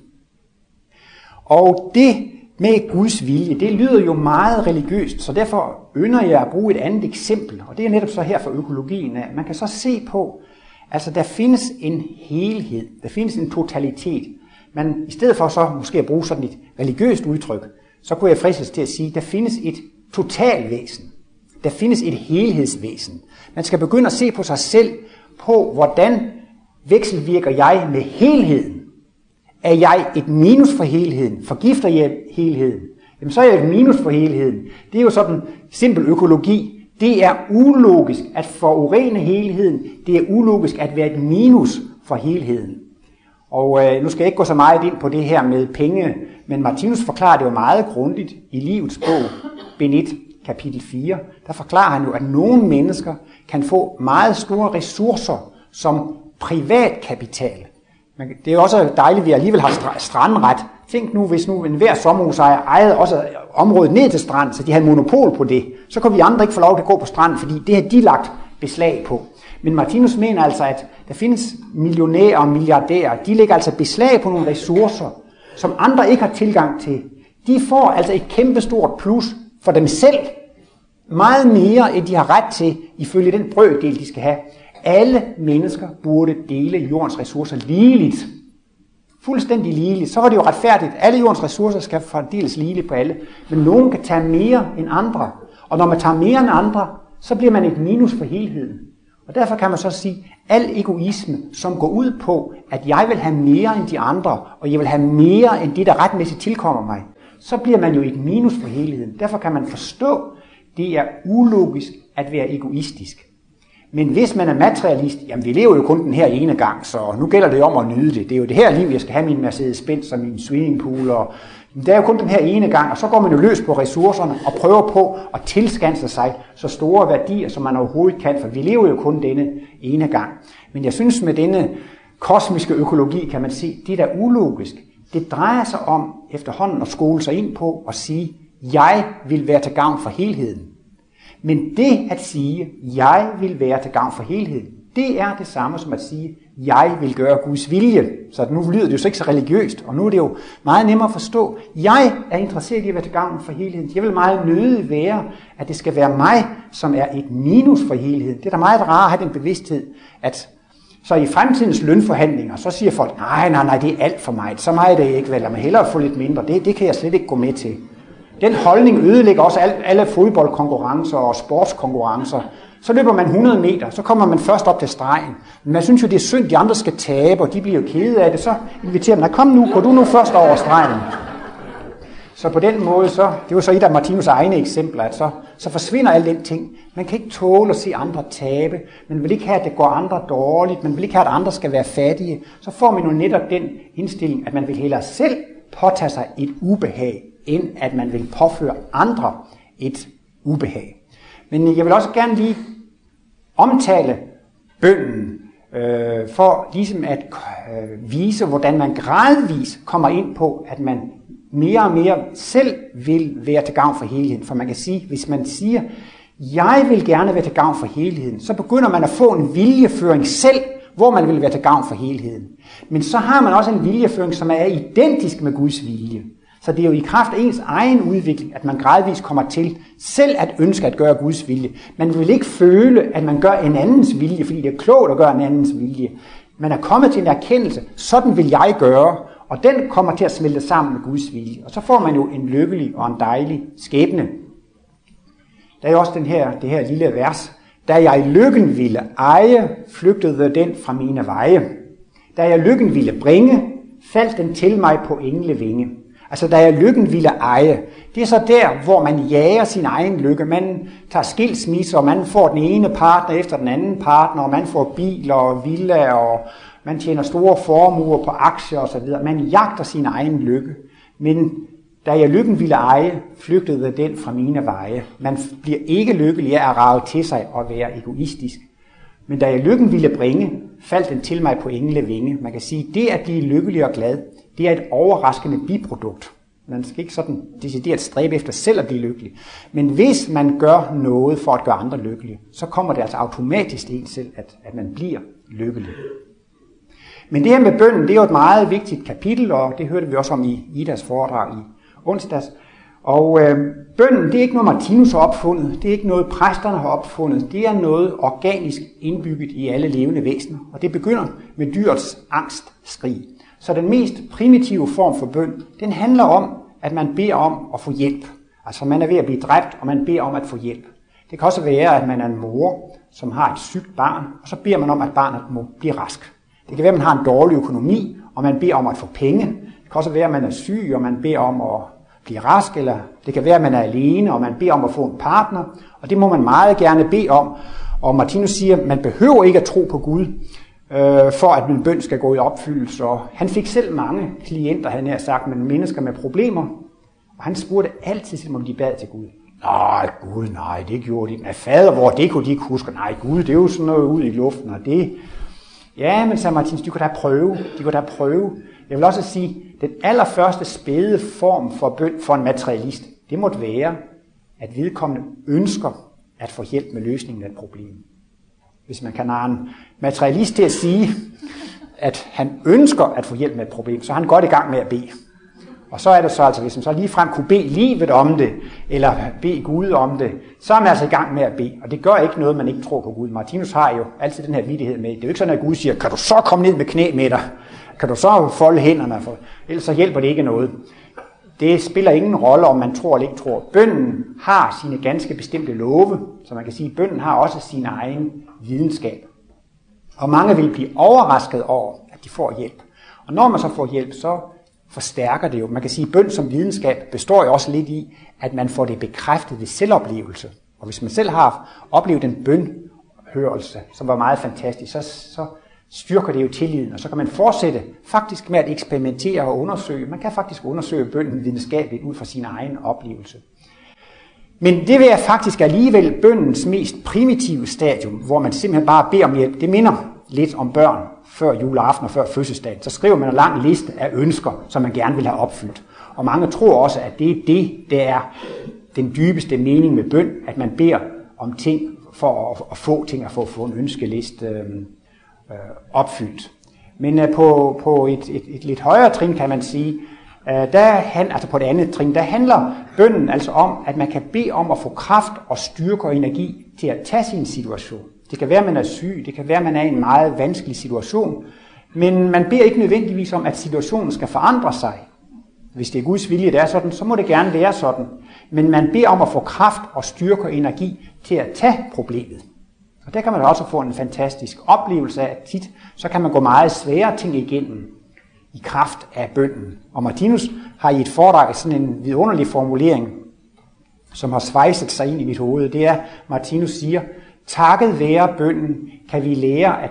Og det med Guds vilje, det lyder jo meget religiøst, så derfor ynder jeg at bruge et andet eksempel, og det er netop så her for økologien af. Man kan så se på, altså der findes en helhed, der findes en totalitet. Men i stedet for så måske at bruge sådan et religiøst udtryk, så kunne jeg fristes til at sige, der findes et totalvæsen. Der findes et helhedsvæsen. Man skal begynde at se på sig selv, på hvordan vekselvirker jeg med helheden. Er jeg et minus for helheden? Forgifter jeg helheden? Jamen så er jeg et minus for helheden. Det er jo sådan simpel økologi. Det er ulogisk at forurene helheden. Det er ulogisk at være et minus for helheden. Og nu skal jeg ikke gå så meget ind på det her med penge, men Martinus forklarer det jo meget grundigt i Livets bog, bind 1, kapitel 4. Der forklarer han jo, at nogle mennesker kan få meget store ressourcer som privatkapital. Men det er jo også dejligt, at vi alligevel har strandret. Tænk nu, hvis nu enhver sommerhusejer ejede også området ned til stranden, så de havde monopol på det. Så kunne vi andre ikke få lov til at gå på stranden, fordi det har de lagt beslag på. Men Martinus mener altså, at der findes millionærer og milliardærer. De lægger altså beslag på nogle ressourcer, som andre ikke har tilgang til. De får altså et kæmpestort plus for dem selv. Meget mere, end de har ret til, ifølge den brøkdel, de skal have, alle mennesker burde dele jordens ressourcer ligeligt. Fuldstændig ligeligt. Så var det jo retfærdigt. Alle jordens ressourcer skal fordeles ligeligt på alle. Men nogen kan tage mere end andre. Og når man tager mere end andre, så bliver man et minus for helheden. Og derfor kan man så sige, at al egoisme, som går ud på, at jeg vil have mere end de andre, og jeg vil have mere end det, der retmæssigt tilkommer mig, så bliver man jo et minus for helheden. Derfor kan man forstå, at det er ulogisk at være egoistisk. Men hvis man er materialist, jamen vi lever jo kun den her ene gang, så nu gælder det om at nyde det. Det er jo det her liv, jeg skal have min Mercedes-Benz og min swimmingpool. Og det er jo kun den her ene gang, og så går man jo løs på ressourcerne og prøver på at tilskanse sig så store værdier, som man overhovedet kan, for vi lever jo kun denne ene gang. Men jeg synes, med denne kosmiske økologi kan man sige, det er da ulogisk. Det drejer sig om efterhånden at skole sig ind på og sige, jeg vil være til gavn for helheden. Men det at sige, jeg vil være til gavn for helheden, det er det samme som at sige, jeg vil gøre Guds vilje. Så nu lyder det jo så ikke så religiøst, og nu er det jo meget nemmere at forstå. Jeg er interesseret i at være til gavn for helheden. Jeg vil meget nødig være, at det skal være mig, som er et minus for helheden. Det er da meget rart at have den bevidsthed, at så i fremtidens lønforhandlinger, så siger folk, nej, det er alt for mig. Så meget er det ikke vel, at man hellere få lidt mindre. Det kan jeg slet ikke gå med til. Den holdning ødelægger også alle fodboldkonkurrencer og sportskonkurrencer. Så løber man 100 meter, så kommer man først op til stregen. Men man synes jo, det er synd, de andre skal tabe, og de bliver jo kede af det. Så inviterer man, kom nu, går du nu først over stregen. Så på den måde, det var så et af Martinus egne eksempler, at så forsvinder alle den ting. Man kan ikke tåle at se andre tabe. Man vil ikke have, at det går andre dårligt. Man vil ikke have, at andre skal være fattige. Så får man jo netop den indstilling, at man vil hellere selv påtage sig et ubehag, end at man vil påføre andre et ubehag. Men jeg vil også gerne lige omtale bønnen, for ligesom at vise, hvordan man gradvis kommer ind på, at man mere og mere selv vil være til gavn for helheden. For man kan sige, hvis man siger, jeg vil gerne være til gavn for helheden, så begynder man at få en viljeføring selv, hvor man vil være til gavn for helheden. Men så har man også en viljeføring, som er identisk med Guds vilje. Så det er jo i kraft af ens egen udvikling, at man gradvist kommer til selv at ønske at gøre Guds vilje. Man vil ikke føle, at man gør en andens vilje, fordi det er klogt at gøre en andens vilje. Man er kommet til en erkendelse, sådan vil jeg gøre, og den kommer til at smelte sammen med Guds vilje. Og så får man jo en lykkelig og en dejlig skæbne. Der er jo også det her lille vers. Da jeg lykken ville eje, flygtede den fra mine veje. Da jeg lykken ville bringe, faldt den til mig på englevinge. Altså, da jeg lykken ville eje, det er så der, hvor man jager sin egen lykke. Man tager skilsmisse, og man får den ene partner efter den anden partner, og man får biler og villaer, og man tjener store formuer på aktier osv. Man jagter sin egen lykke. Men da jeg lykken ville eje, flygtede den fra mine veje. Man bliver ikke lykkelig af at rage til sig og være egoistisk. Men da jeg lykken ville bringe, faldt den til mig på englevinge. Man kan sige, at det at blive lykkelig og glad, det er et overraskende biprodukt. Man skal ikke sådan decideret stræbe efter selv at blive lykkelig. Men hvis man gør noget for at gøre andre lykkelige, så kommer det altså automatisk til en selv, at man bliver lykkelig. Men det her med bønnen, det er jo et meget vigtigt kapitel, og det hørte vi også om i Idas foredrag i onsdags. Og bønnen, det er ikke noget Martinus har opfundet, det er ikke noget præsterne har opfundet, det er noget organisk indbygget i alle levende væsener, og det begynder med dyrets angstskrig. Så den mest primitive form for bøn, den handler om, at man beder om at få hjælp. Altså man er ved at blive dræbt, og man beder om at få hjælp. Det kan også være, at man er en mor, som har et sygt barn, og så beder man om, at barnet må blive rask. Det kan være, at man har en dårlig økonomi, og man beder om at få penge. Det kan også være, at man er syg, og man beder om at blive rask, eller det kan være, at man er alene, og man beder om at få en partner, og det må man meget gerne bede om. Og Martinus siger, at man behøver ikke at tro på Gud, for at min bøn skal gå i opfyldelse. Og han fik selv mange klienter, han har sagt, med mennesker med problemer, og han spurgte altid, om de bad til Gud. Nej, Gud, nej, det gjorde de. Men fader, hvor det kunne de ikke huske. Nej, Gud, det er jo sådan noget ud i luften, og det... Ja, men sagde Martinus, de kunne da prøve. Jeg vil også sige, den allerførste spæde form for bøn for en materialist, det måtte være, at vedkommende ønsker at få hjælp med løsningen af et problem. Hvis man kan have en materialist til at sige, at han ønsker at få hjælp med et problem, så er han godt i gang med at bede. Og så er det så altså, hvis man så ligefrem kunne bede livet om det, eller bede Gud om det, så er man altså i gang med at bede. Og det gør ikke noget, man ikke tror på Gud. Martinus har jo altid den her vittighed med. Det er jo ikke sådan, at Gud siger, kan du så komme ned med knæ med dig? Kan du så folde hænderne? For ellers så hjælper det ikke noget. Det spiller ingen rolle, om man tror eller ikke tror. Bønnen har sine ganske bestemte love, så man kan sige, at bønnen har også sin egen videnskab. Og mange vil blive overrasket over, at de får hjælp. Og når man så får hjælp, så forstærker det jo. Man kan sige, at bøn som videnskab består jo også lidt i, at man får det bekræftet ved selvoplevelse. Og hvis man selv har oplevet en bønhørelse, som var meget fantastisk, så styrker det jo tilliden, og så kan man fortsætte faktisk med at eksperimentere og undersøge. Man kan faktisk undersøge bønnen videnskabeligt ud fra sin egen oplevelse. Men det vil jeg faktisk alligevel bønnens mest primitive stadium, hvor man simpelthen bare beder om hjælp. Det minder lidt om børn før juleaften og før fødselsdagen. Så skriver man en lang liste af ønsker, som man gerne vil have opfyldt. Og mange tror også, at det er den dybeste mening med bøn, at man beder om ting for at få ting, at få en ønskeliste opfyldt. Men på et lidt højere trin kan man sige, altså på det andet trin, der handler bønnen altså om, at man kan bede om at få kraft og styrke og energi til at tage sin situation. Det kan være, at man er syg, det kan være, at man er i en meget vanskelig situation, men man beder ikke nødvendigvis om, at situationen skal forandre sig. Hvis det er Guds vilje, det er sådan, så må det gerne være sådan. Men man beder om at få kraft og styrke og energi til at tage problemet. Og der kan man også få en fantastisk oplevelse af, at tit så kan man gå meget svære ting igennem i kraft af bønnen. Og Martinus har i et foredrag sådan en vidunderlig formulering, som har svejset sig ind i mit hoved. Det er, Martinus siger, takket være bønnen kan vi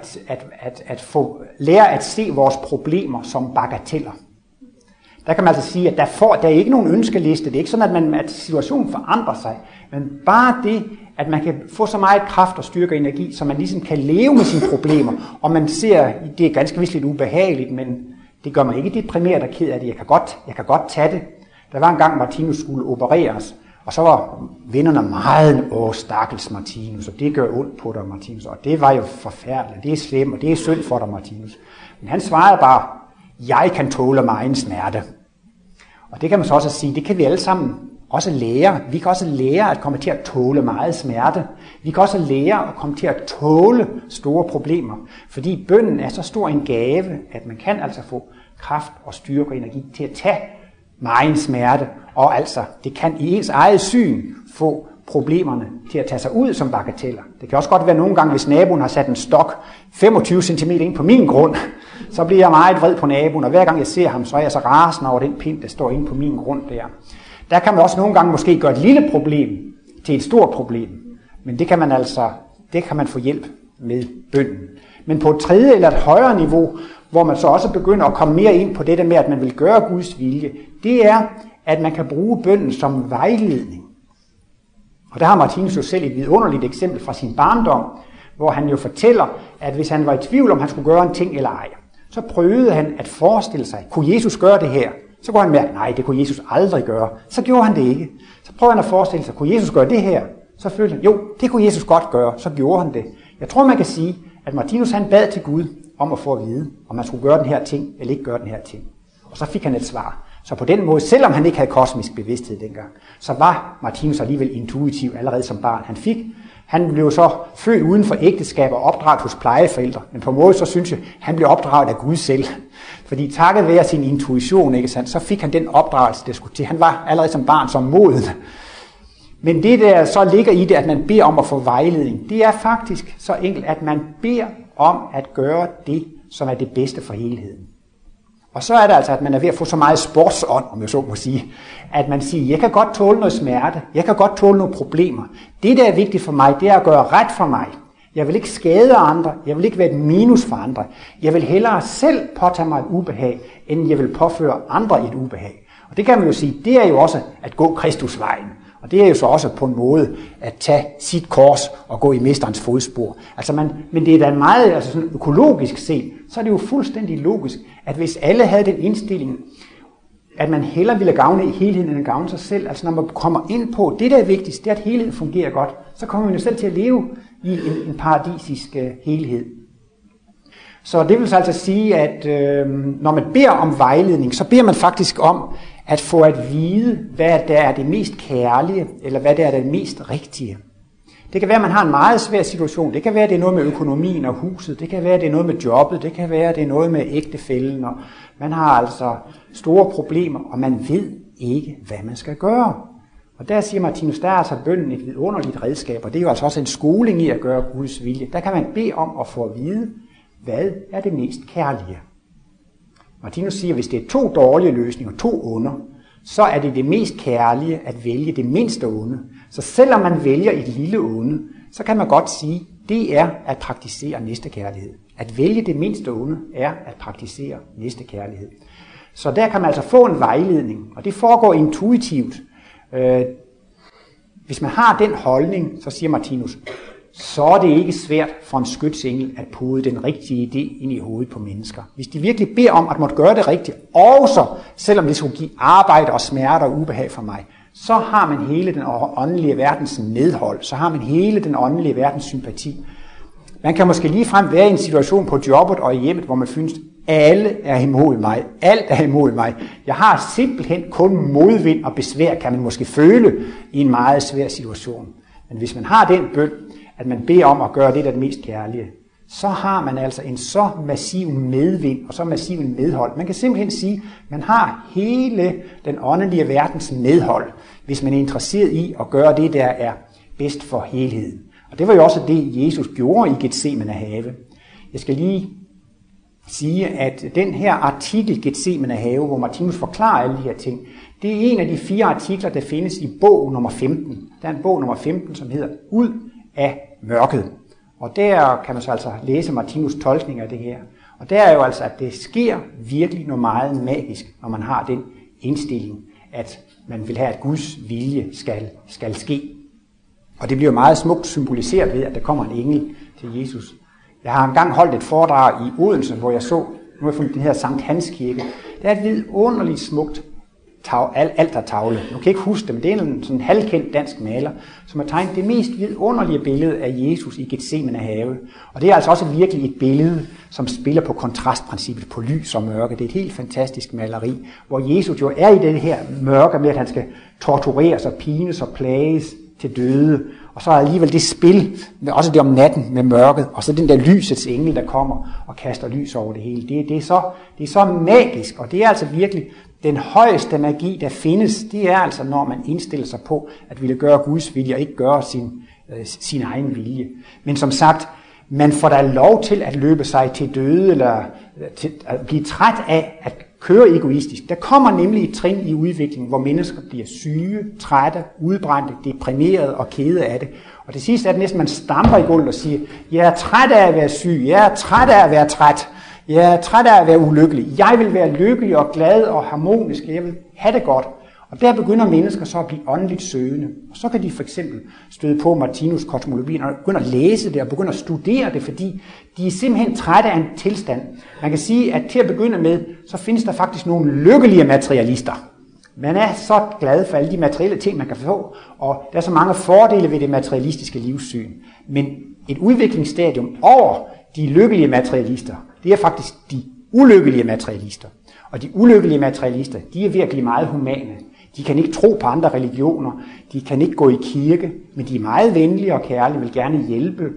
lære at se vores problemer som bagateller. Der kan man altså sige, at der er ikke nogen ønskeliste. Det er ikke sådan, at situationen forandrer sig. Men bare det, at man kan få så meget kraft og styrke og energi, så man ligesom kan leve med sine problemer. Og man ser, det er ganske vist lidt ubehageligt, men det gør mig ikke deprimeret og ked af det. Jeg kan godt tage det. Der var en gang, Martinus skulle opereres, og så var vennerne meget, stakkels Martinus, og det gør ondt på dig, Martinus, og det var jo forfærdeligt, det er slemt, og det er synd for dig, Martinus. Men han svarede bare, jeg kan tåle megen smerte. Og det kan man så også sige, det kan vi alle sammen også lære. Vi kan også lære at komme til at tåle meget smerte. Vi kan også lære at komme til at tåle store problemer. Fordi bønnen er så stor en gave, at man kan altså få kraft og styrke og energi til at tage megen smerte. Og altså, det kan i ens eget syn få problemerne til at tage sig ud som bagateller. Det kan også godt være nogle gange, hvis naboen har sat en stok 25 cm ind på min grund, så bliver jeg meget vred på naboen, og hver gang jeg ser ham, så er jeg så rasende over den pind, der står inde på min grund der. Der kan man også nogle gange måske gøre et lille problem til et stort problem, men det kan man få hjælp med bønnen. Men på et tredje eller et højere niveau, hvor man så også begynder at komme mere ind på det der med, at man vil gøre Guds vilje, det er, at man kan bruge bønnen som vejledning. Og der har Martinus jo selv et vidunderligt eksempel fra sin barndom, hvor han jo fortæller, at hvis han var i tvivl om, han skulle gøre en ting eller ej, så prøvede han at forestille sig, kunne Jesus gøre det her? Så kunne han mærke, nej, det kunne Jesus aldrig gøre. Så gjorde han det ikke. Så prøvede han at forestille sig, kunne Jesus gøre det her? Så følte han, jo, det kunne Jesus godt gøre. Så gjorde han det. Jeg tror, man kan sige, at Martinus han bad til Gud om at få at vide, om man skulle gøre den her ting, eller ikke gøre den her ting. Og så fik han et svar. Så på den måde, selvom han ikke havde kosmisk bevidsthed dengang, så var Martinus alligevel intuitiv allerede som barn. Han blev så født uden for ægteskab og opdraget hos plejeforældre. Men på en måde, så synes jeg, han blev opdraget af Gud selv. Fordi takket være sin intuition, ikke sandt, så fik han den opdragelse, der skulle til. Han var allerede som barn som moden. Men det der så ligger i det, at man beder om at få vejledning, det er faktisk så enkelt, at man beder om at gøre det, som er det bedste for helheden. Og så er det altså, at man er ved at få så meget sportsånd, om jeg så må sige, at man siger, jeg kan godt tåle noget smerte, jeg kan godt tåle nogle problemer. Det, der er vigtigt for mig, det er at gøre ret for mig. Jeg vil ikke skade andre, jeg vil ikke være et minus for andre. Jeg vil hellere selv påtage mig et ubehag, end jeg vil påføre andre et ubehag. Og det kan man jo sige, det er jo også at gå Kristusvejen. Og det er jo så også på en måde at tage sit kors og gå i mesterens fodspor. Men det er da meget, altså sådan økologisk set, så er det jo fuldstændig logisk, at hvis alle havde den indstilling, at man hellere ville gavne i helheden end at gavne sig selv, altså når man kommer ind på, det der er vigtigst, det er at helheden fungerer godt, så kommer man jo selv til at leve i en paradisisk helhed. Så det vil så altså sige, at når man beder om vejledning, så beder man faktisk om, at få at vide, hvad der er det mest kærlige, eller hvad der er det mest rigtige. Det kan være, at man har en meget svær situation. Det kan være, at det er noget med økonomien og huset. Det kan være, at det er noget med jobbet. Det kan være, at det er noget med ægtefællen. Og man har altså store problemer, og man ved ikke, hvad man skal gøre. Og der siger Martinus, der er altså bønnen et vidunderligt redskab, og det er jo altså også en skoling i at gøre Guds vilje. Der kan man bede om at få at vide, hvad er det mest kærlige. Martinus siger, at hvis det er 2 dårlige løsninger, 2 onder, så er det mest kærlige at vælge det mindste onde. Så selvom man vælger et lille onde, så kan man godt sige, det er at praktisere næstekærlighed. At vælge det mindste onde er at praktisere næstekærlighed. Så der kan man altså få en vejledning, og det foregår intuitivt. Hvis man har den holdning, så siger Martinus, så er det ikke svært for en skytsengel at putte den rigtige idé ind i hovedet på mennesker. Hvis de virkelig beder om at måtte gøre det rigtigt, også selvom det skulle give arbejde og smerte og ubehag for mig, så har man hele den åndelige verdens medhold, så har man hele den åndelige verdens sympati. Man kan måske ligefrem være i en situation på jobbet og i hjemmet, hvor man synes, alle er imod mig, alt er imod mig. Jeg har simpelthen kun modvind og besvær, kan man måske føle i en meget svær situation. Men hvis man har den bøn, at man beder om at gøre det, der er det mest kærlige, så har man altså en så massiv medvind og så massiv en medhold. Man kan simpelthen sige, at man har hele den åndelige verdens medhold, hvis man er interesseret i at gøre det, der er bedst for helheden. Og det var jo også det, Jesus gjorde i Getsemane have. Jeg skal lige sige, at den her artikel Getsemane have, hvor Martinus forklarer alle de her ting, det er en af de 4 artikler, der findes i bog nummer 15. Der er en bog nummer 15, som hedder Ud af mørket. Og der kan man så altså læse Martinus' tolkning af det her. Og der er jo altså, at det sker virkelig noget meget magisk, når man har den indstilling, at man vil have, at Guds vilje skal ske. Og det bliver meget smukt symboliseret ved, at der kommer en engel til Jesus. Jeg har engang holdt et foredrag i Odense, hvor jeg så, nu har jeg fundet den her Sankt Hans Kirke. Der er et vidunderligt smukt altertavle. Nu kan jeg ikke huske det, men det er en sådan halvkendt dansk maler, som har tegnet det mest vidunderlige billede af Jesus i Getsemane have. Og det er altså også virkelig et billede, som spiller på kontrastprincippet, på lys og mørke. Det er et helt fantastisk maleri, hvor Jesus jo er i det her mørke med, at han skal tortureres og pines og plages til døde. Og så er alligevel det spil, også det om natten med mørket, og så den der lysets engel, der kommer og kaster lys over det hele. Det er så magisk, og det er altså virkelig den højeste magi, der findes. Det er altså, når man indstiller sig på at ville gøre Guds vilje og ikke gøre sin egen vilje. Men som sagt, man får da lov til at løbe sig til døde, eller til at blive træt af at køre egoistisk. Der kommer nemlig et trin i udviklingen, hvor mennesker bliver syge, trætte, udbrændte, deprimerede og kede af det. Og det sidste er det næsten, man stamper i gulvet og siger, jeg er træt af at være syg, jeg er træt af at være træt, jeg er træt af at være ulykkelig, jeg vil være lykkelig og glad og harmonisk, jeg vil have det godt. Og der begynder mennesker så at blive åndeligt søgende. Og så kan de for eksempel støde på Martinus' kosmologi og begynde at læse det og begynde at studere det, fordi de er simpelthen trætte af en tilstand. Man kan sige, at til at begynde med, så findes der faktisk nogle lykkelige materialister. Man er så glad for alle de materielle ting, man kan få, og der er så mange fordele ved det materialistiske livssyn. Men et udviklingsstadium over de lykkelige materialister, det er faktisk de ulykkelige materialister. Og de ulykkelige materialister, de er virkelig meget humane. De kan ikke tro på andre religioner, de kan ikke gå i kirke, men de er meget venlige og kærlige, vil gerne hjælpe,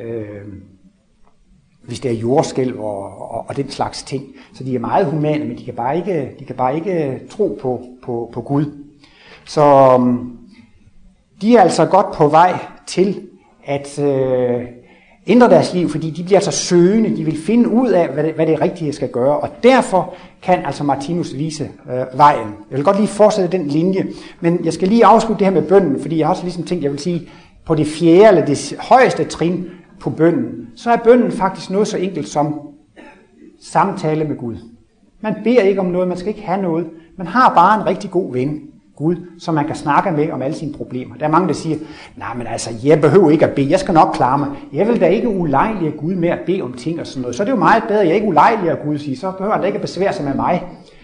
hvis det er jordskælv og den slags ting. Så de er meget humane, men de kan bare ikke tro på Gud. Så de er altså godt på vej til at ændre deres liv, fordi de bliver altså søgende, de vil finde ud af, hvad det rigtige skal gøre, og derfor kan altså Martinus vise vejen. Jeg vil godt lige fortsætte den linje, men jeg skal lige afslutte det her med bønnen, fordi jeg har også ligesom tænkt, jeg vil sige, på det 4. eller det højeste trin på bønnen, så er bønnen faktisk noget så enkelt som samtale med Gud. Man beder ikke om noget, man skal ikke have noget, man har bare en rigtig god ven, Gud, som man kan snakke med om alle sine problemer. Der er mange, der siger, nej, men altså, jeg behøver ikke at bede, jeg skal nok klare mig. Jeg vil da ikke ulejlige Gud med at bede om ting og sådan noget. Så er det jo meget bedre, jeg ikke ulejliger Gud, sige, så behøver han da ikke at besvære sig med mig.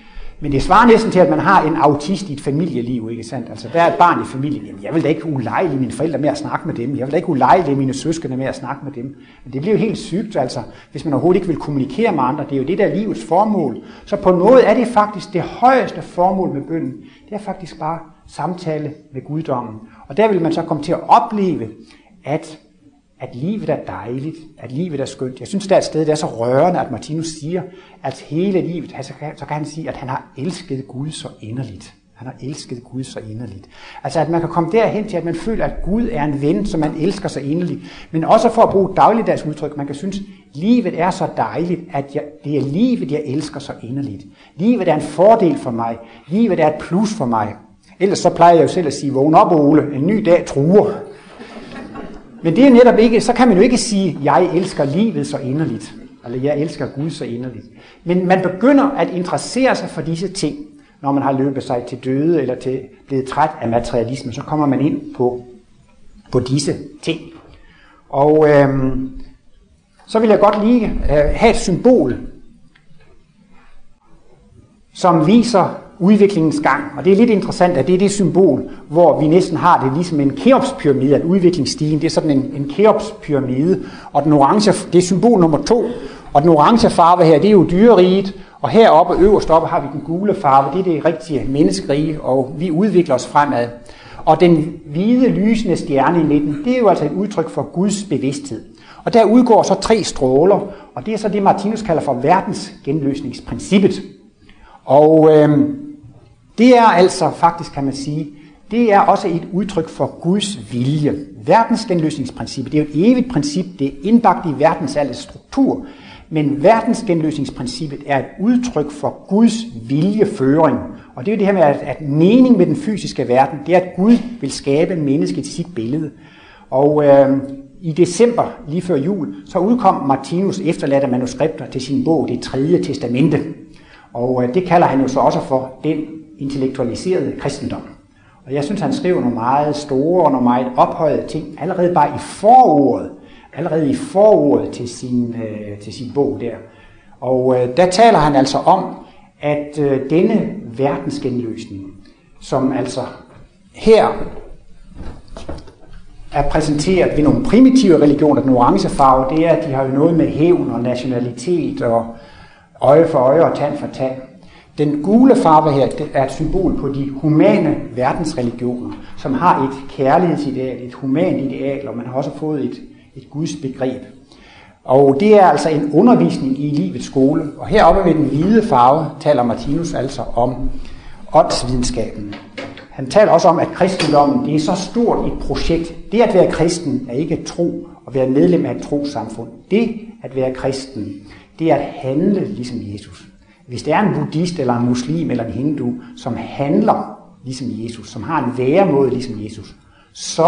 Men det svarer næsten til, at man har en autist i et familieliv, ikke sandt? Altså, der er et barn i familien. Jamen, jeg vil da ikke ulejlige mine forældre med at snakke med dem. Jeg vil da ikke ulejlige mine søskende med at snakke med dem. Men det bliver jo helt sygt, altså, hvis man overhovedet ikke vil kommunikere med andre. Det er jo det, der er livets formål. Så på noget er det faktisk det højeste formål med bønnen. Det er faktisk bare samtale med guddommen. Og der vil man så komme til at opleve, at livet er dejligt, at livet er skønt. Jeg synes, der er et sted, der er så rørende, at Martinus siger, at hele livet, så kan han sige, at han har elsket Gud så inderligt. Han har elsket Gud så inderligt. Altså, at man kan komme derhen til, at man føler, at Gud er en ven, som man elsker så inderligt. Men også for at bruge dagligdags udtryk, man kan synes, at livet er så dejligt, at det er livet, jeg elsker så inderligt. Livet er en fordel for mig. Livet er et plus for mig. Ellers så plejer jeg jo selv at sige, vågn op, Ole, en ny dag truer. Men det er netop ikke, så kan man jo ikke sige, jeg elsker livet så inderligt, eller jeg elsker Gud så inderligt. Men man begynder at interessere sig for disse ting, når man har løbet sig til døde, eller til blevet træt af materialisme, så kommer man ind på disse ting. Og så vil jeg godt lige have et symbol, som viser udviklingens gang. Og det er lidt interessant, at det er det symbol, hvor vi næsten har det ligesom en Keopspyramide, at udviklingsstigen, det er sådan en Keopspyramide, og den orange, det er symbol nummer 2, og den orange farve her, det er jo dyreriget, og heroppe, øverst oppe, har vi den gule farve, det er det rigtige menneskerige, og vi udvikler os fremad. Og den hvide, lysende stjerne i midten, det er jo altså et udtryk for Guds bevidsthed. Og der udgår så 3 stråler, og det er så det, Martinus kalder for verdensgenløsningsprincippet. Og det er altså faktisk, kan man sige, det er også et udtryk for Guds vilje. Verdensgenløsningsprincippet, det er jo et evigt princip, det er indbagt i verdensaldets struktur, men verdensgenløsningsprincippet er et udtryk for Guds viljeføring. Og det er jo det her med, at mening med den fysiske verden, det er, at Gud vil skabe mennesket til sit billede. Og i december, lige før jul, så udkom Martinus efterladte manuskripter til sin bog, Det 3. testamente. Og det kalder han jo så også for den intellektualiserede kristendom. Og jeg synes, han skriver nogle meget store og nogle meget ophøjede ting, allerede bare i forordet til sin bog der. Og der taler han altså om, at denne verdensgenløsning, som altså her er præsenteret ved nogle primitive religioner, den orange farve, det er, at de har jo noget med hævn og nationalitet og øje for øje og tand for tand. Den gule farve her, det er et symbol på de humane verdensreligioner, som har et kærlighedsideal, et humant ideal, og man har også fået et Guds begreb. Og det er altså en undervisning i livets skole. Og heroppe ved den hvide farve taler Martinus altså om åndsvidenskaben. Han taler også om, at kristendommen, det er så stort et projekt. Det at være kristen er ikke tro og være medlem af et trossamfund. Det at være kristen, det er at handle ligesom Jesus. Hvis det er en buddhist eller en muslim eller en hindu, som handler ligesom Jesus, som har en væremåde ligesom Jesus, så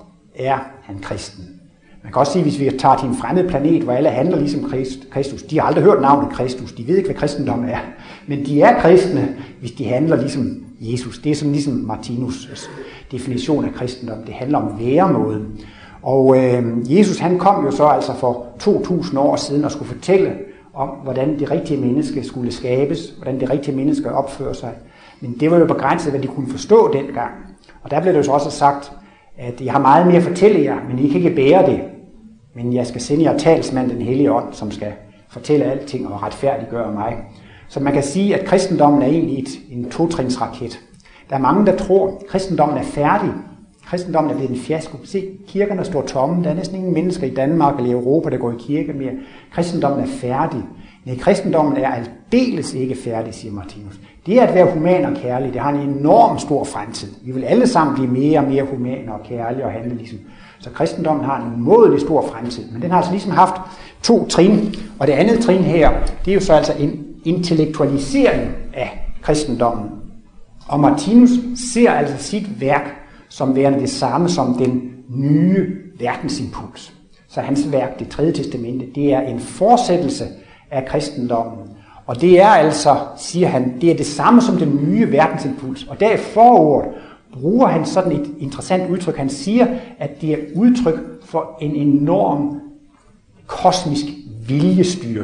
er han kristen. Man kan også sige, hvis vi tager til en fremmed planet, hvor alle handler ligesom Kristus, de har aldrig hørt navnet Kristus, de ved ikke, hvad kristendom er, men de er kristne, hvis de handler ligesom Jesus. Det er sådan ligesom Martinus' definition af kristendom. Det handler om væremåden. Og Jesus, han kom jo så altså for 2000 år siden og skulle fortælle om, hvordan det rigtige menneske skulle skabes, hvordan det rigtige menneske opfører sig. Men det var jo begrænset, hvad de kunne forstå dengang. Og der blev det jo så også sagt, at jeg har meget mere at fortælle jer, men I kan ikke bære det. Men jeg skal sende jer talsmand, den hellige ånd, som skal fortælle alting og retfærdiggøre mig. Så man kan sige, at kristendommen er egentlig en totrinsraket. Der er mange, der tror, at kristendommen er færdig. Kristendommen er blevet en fiasko. Se, kirkerne står tomme. Der er næsten ingen mennesker i Danmark eller i Europa, der går i kirke mere. Kristendommen er færdig. Nej, kristendommen er aldeles ikke færdig, siger Martinus. Det at være human og kærlig, det har en enorm stor fremtid. Vi vil alle sammen blive mere og mere humane og kærlige og handle ligesom. Så kristendommen har en umådelig stor fremtid. Men den har altså ligesom haft 2 trin. Og det andet trin her, det er jo så altså en intellektualisering af kristendommen. Og Martinus ser altså sit værk som værende det samme som den nye verdensimpuls. Så hans værk, Det 3. testamente, det er en fortsættelse af kristendommen. Og det er altså, siger han, det er det samme som den nye verdensimpuls. Og der i forordet bruger han sådan et interessant udtryk. Han siger, at det er udtryk for en enorm kosmisk viljestyring.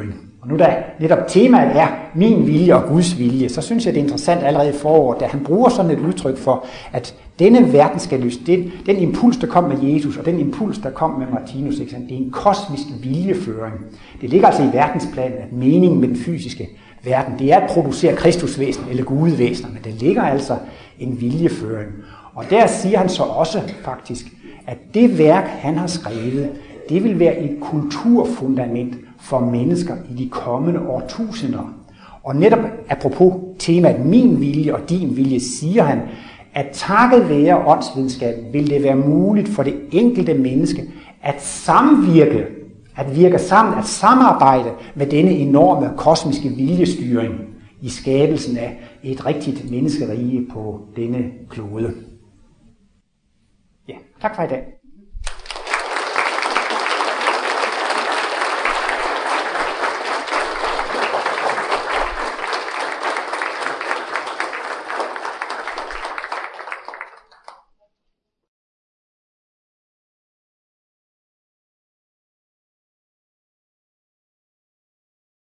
Og nu da netop temaet er min vilje og Guds vilje, så synes jeg, det er interessant allerede i foråret, da han bruger sådan et udtryk for, at denne verden skal løse. Den impuls, der kom med Jesus, og den impuls, der kom med Martinus, ikke sandt? Det er en kosmisk viljeføring. Det ligger altså i verdensplanen, at meningen med den fysiske verden, det er at producere Kristusvæsen eller Gudvæsener, men der ligger altså en viljeføring. Og der siger han så også faktisk, at det værk, han har skrevet, det vil være et kulturfundament for mennesker i de kommende årtusinder. Og netop apropos temaet min vilje og din vilje, siger han, at takket være åndsvidenskaben vil det være muligt for det enkelte menneske at samvirke, at virke sammen, at samarbejde med denne enorme kosmiske viljestyring i skabelsen af et rigtigt menneskerige på denne klode. Ja, tak for i dag.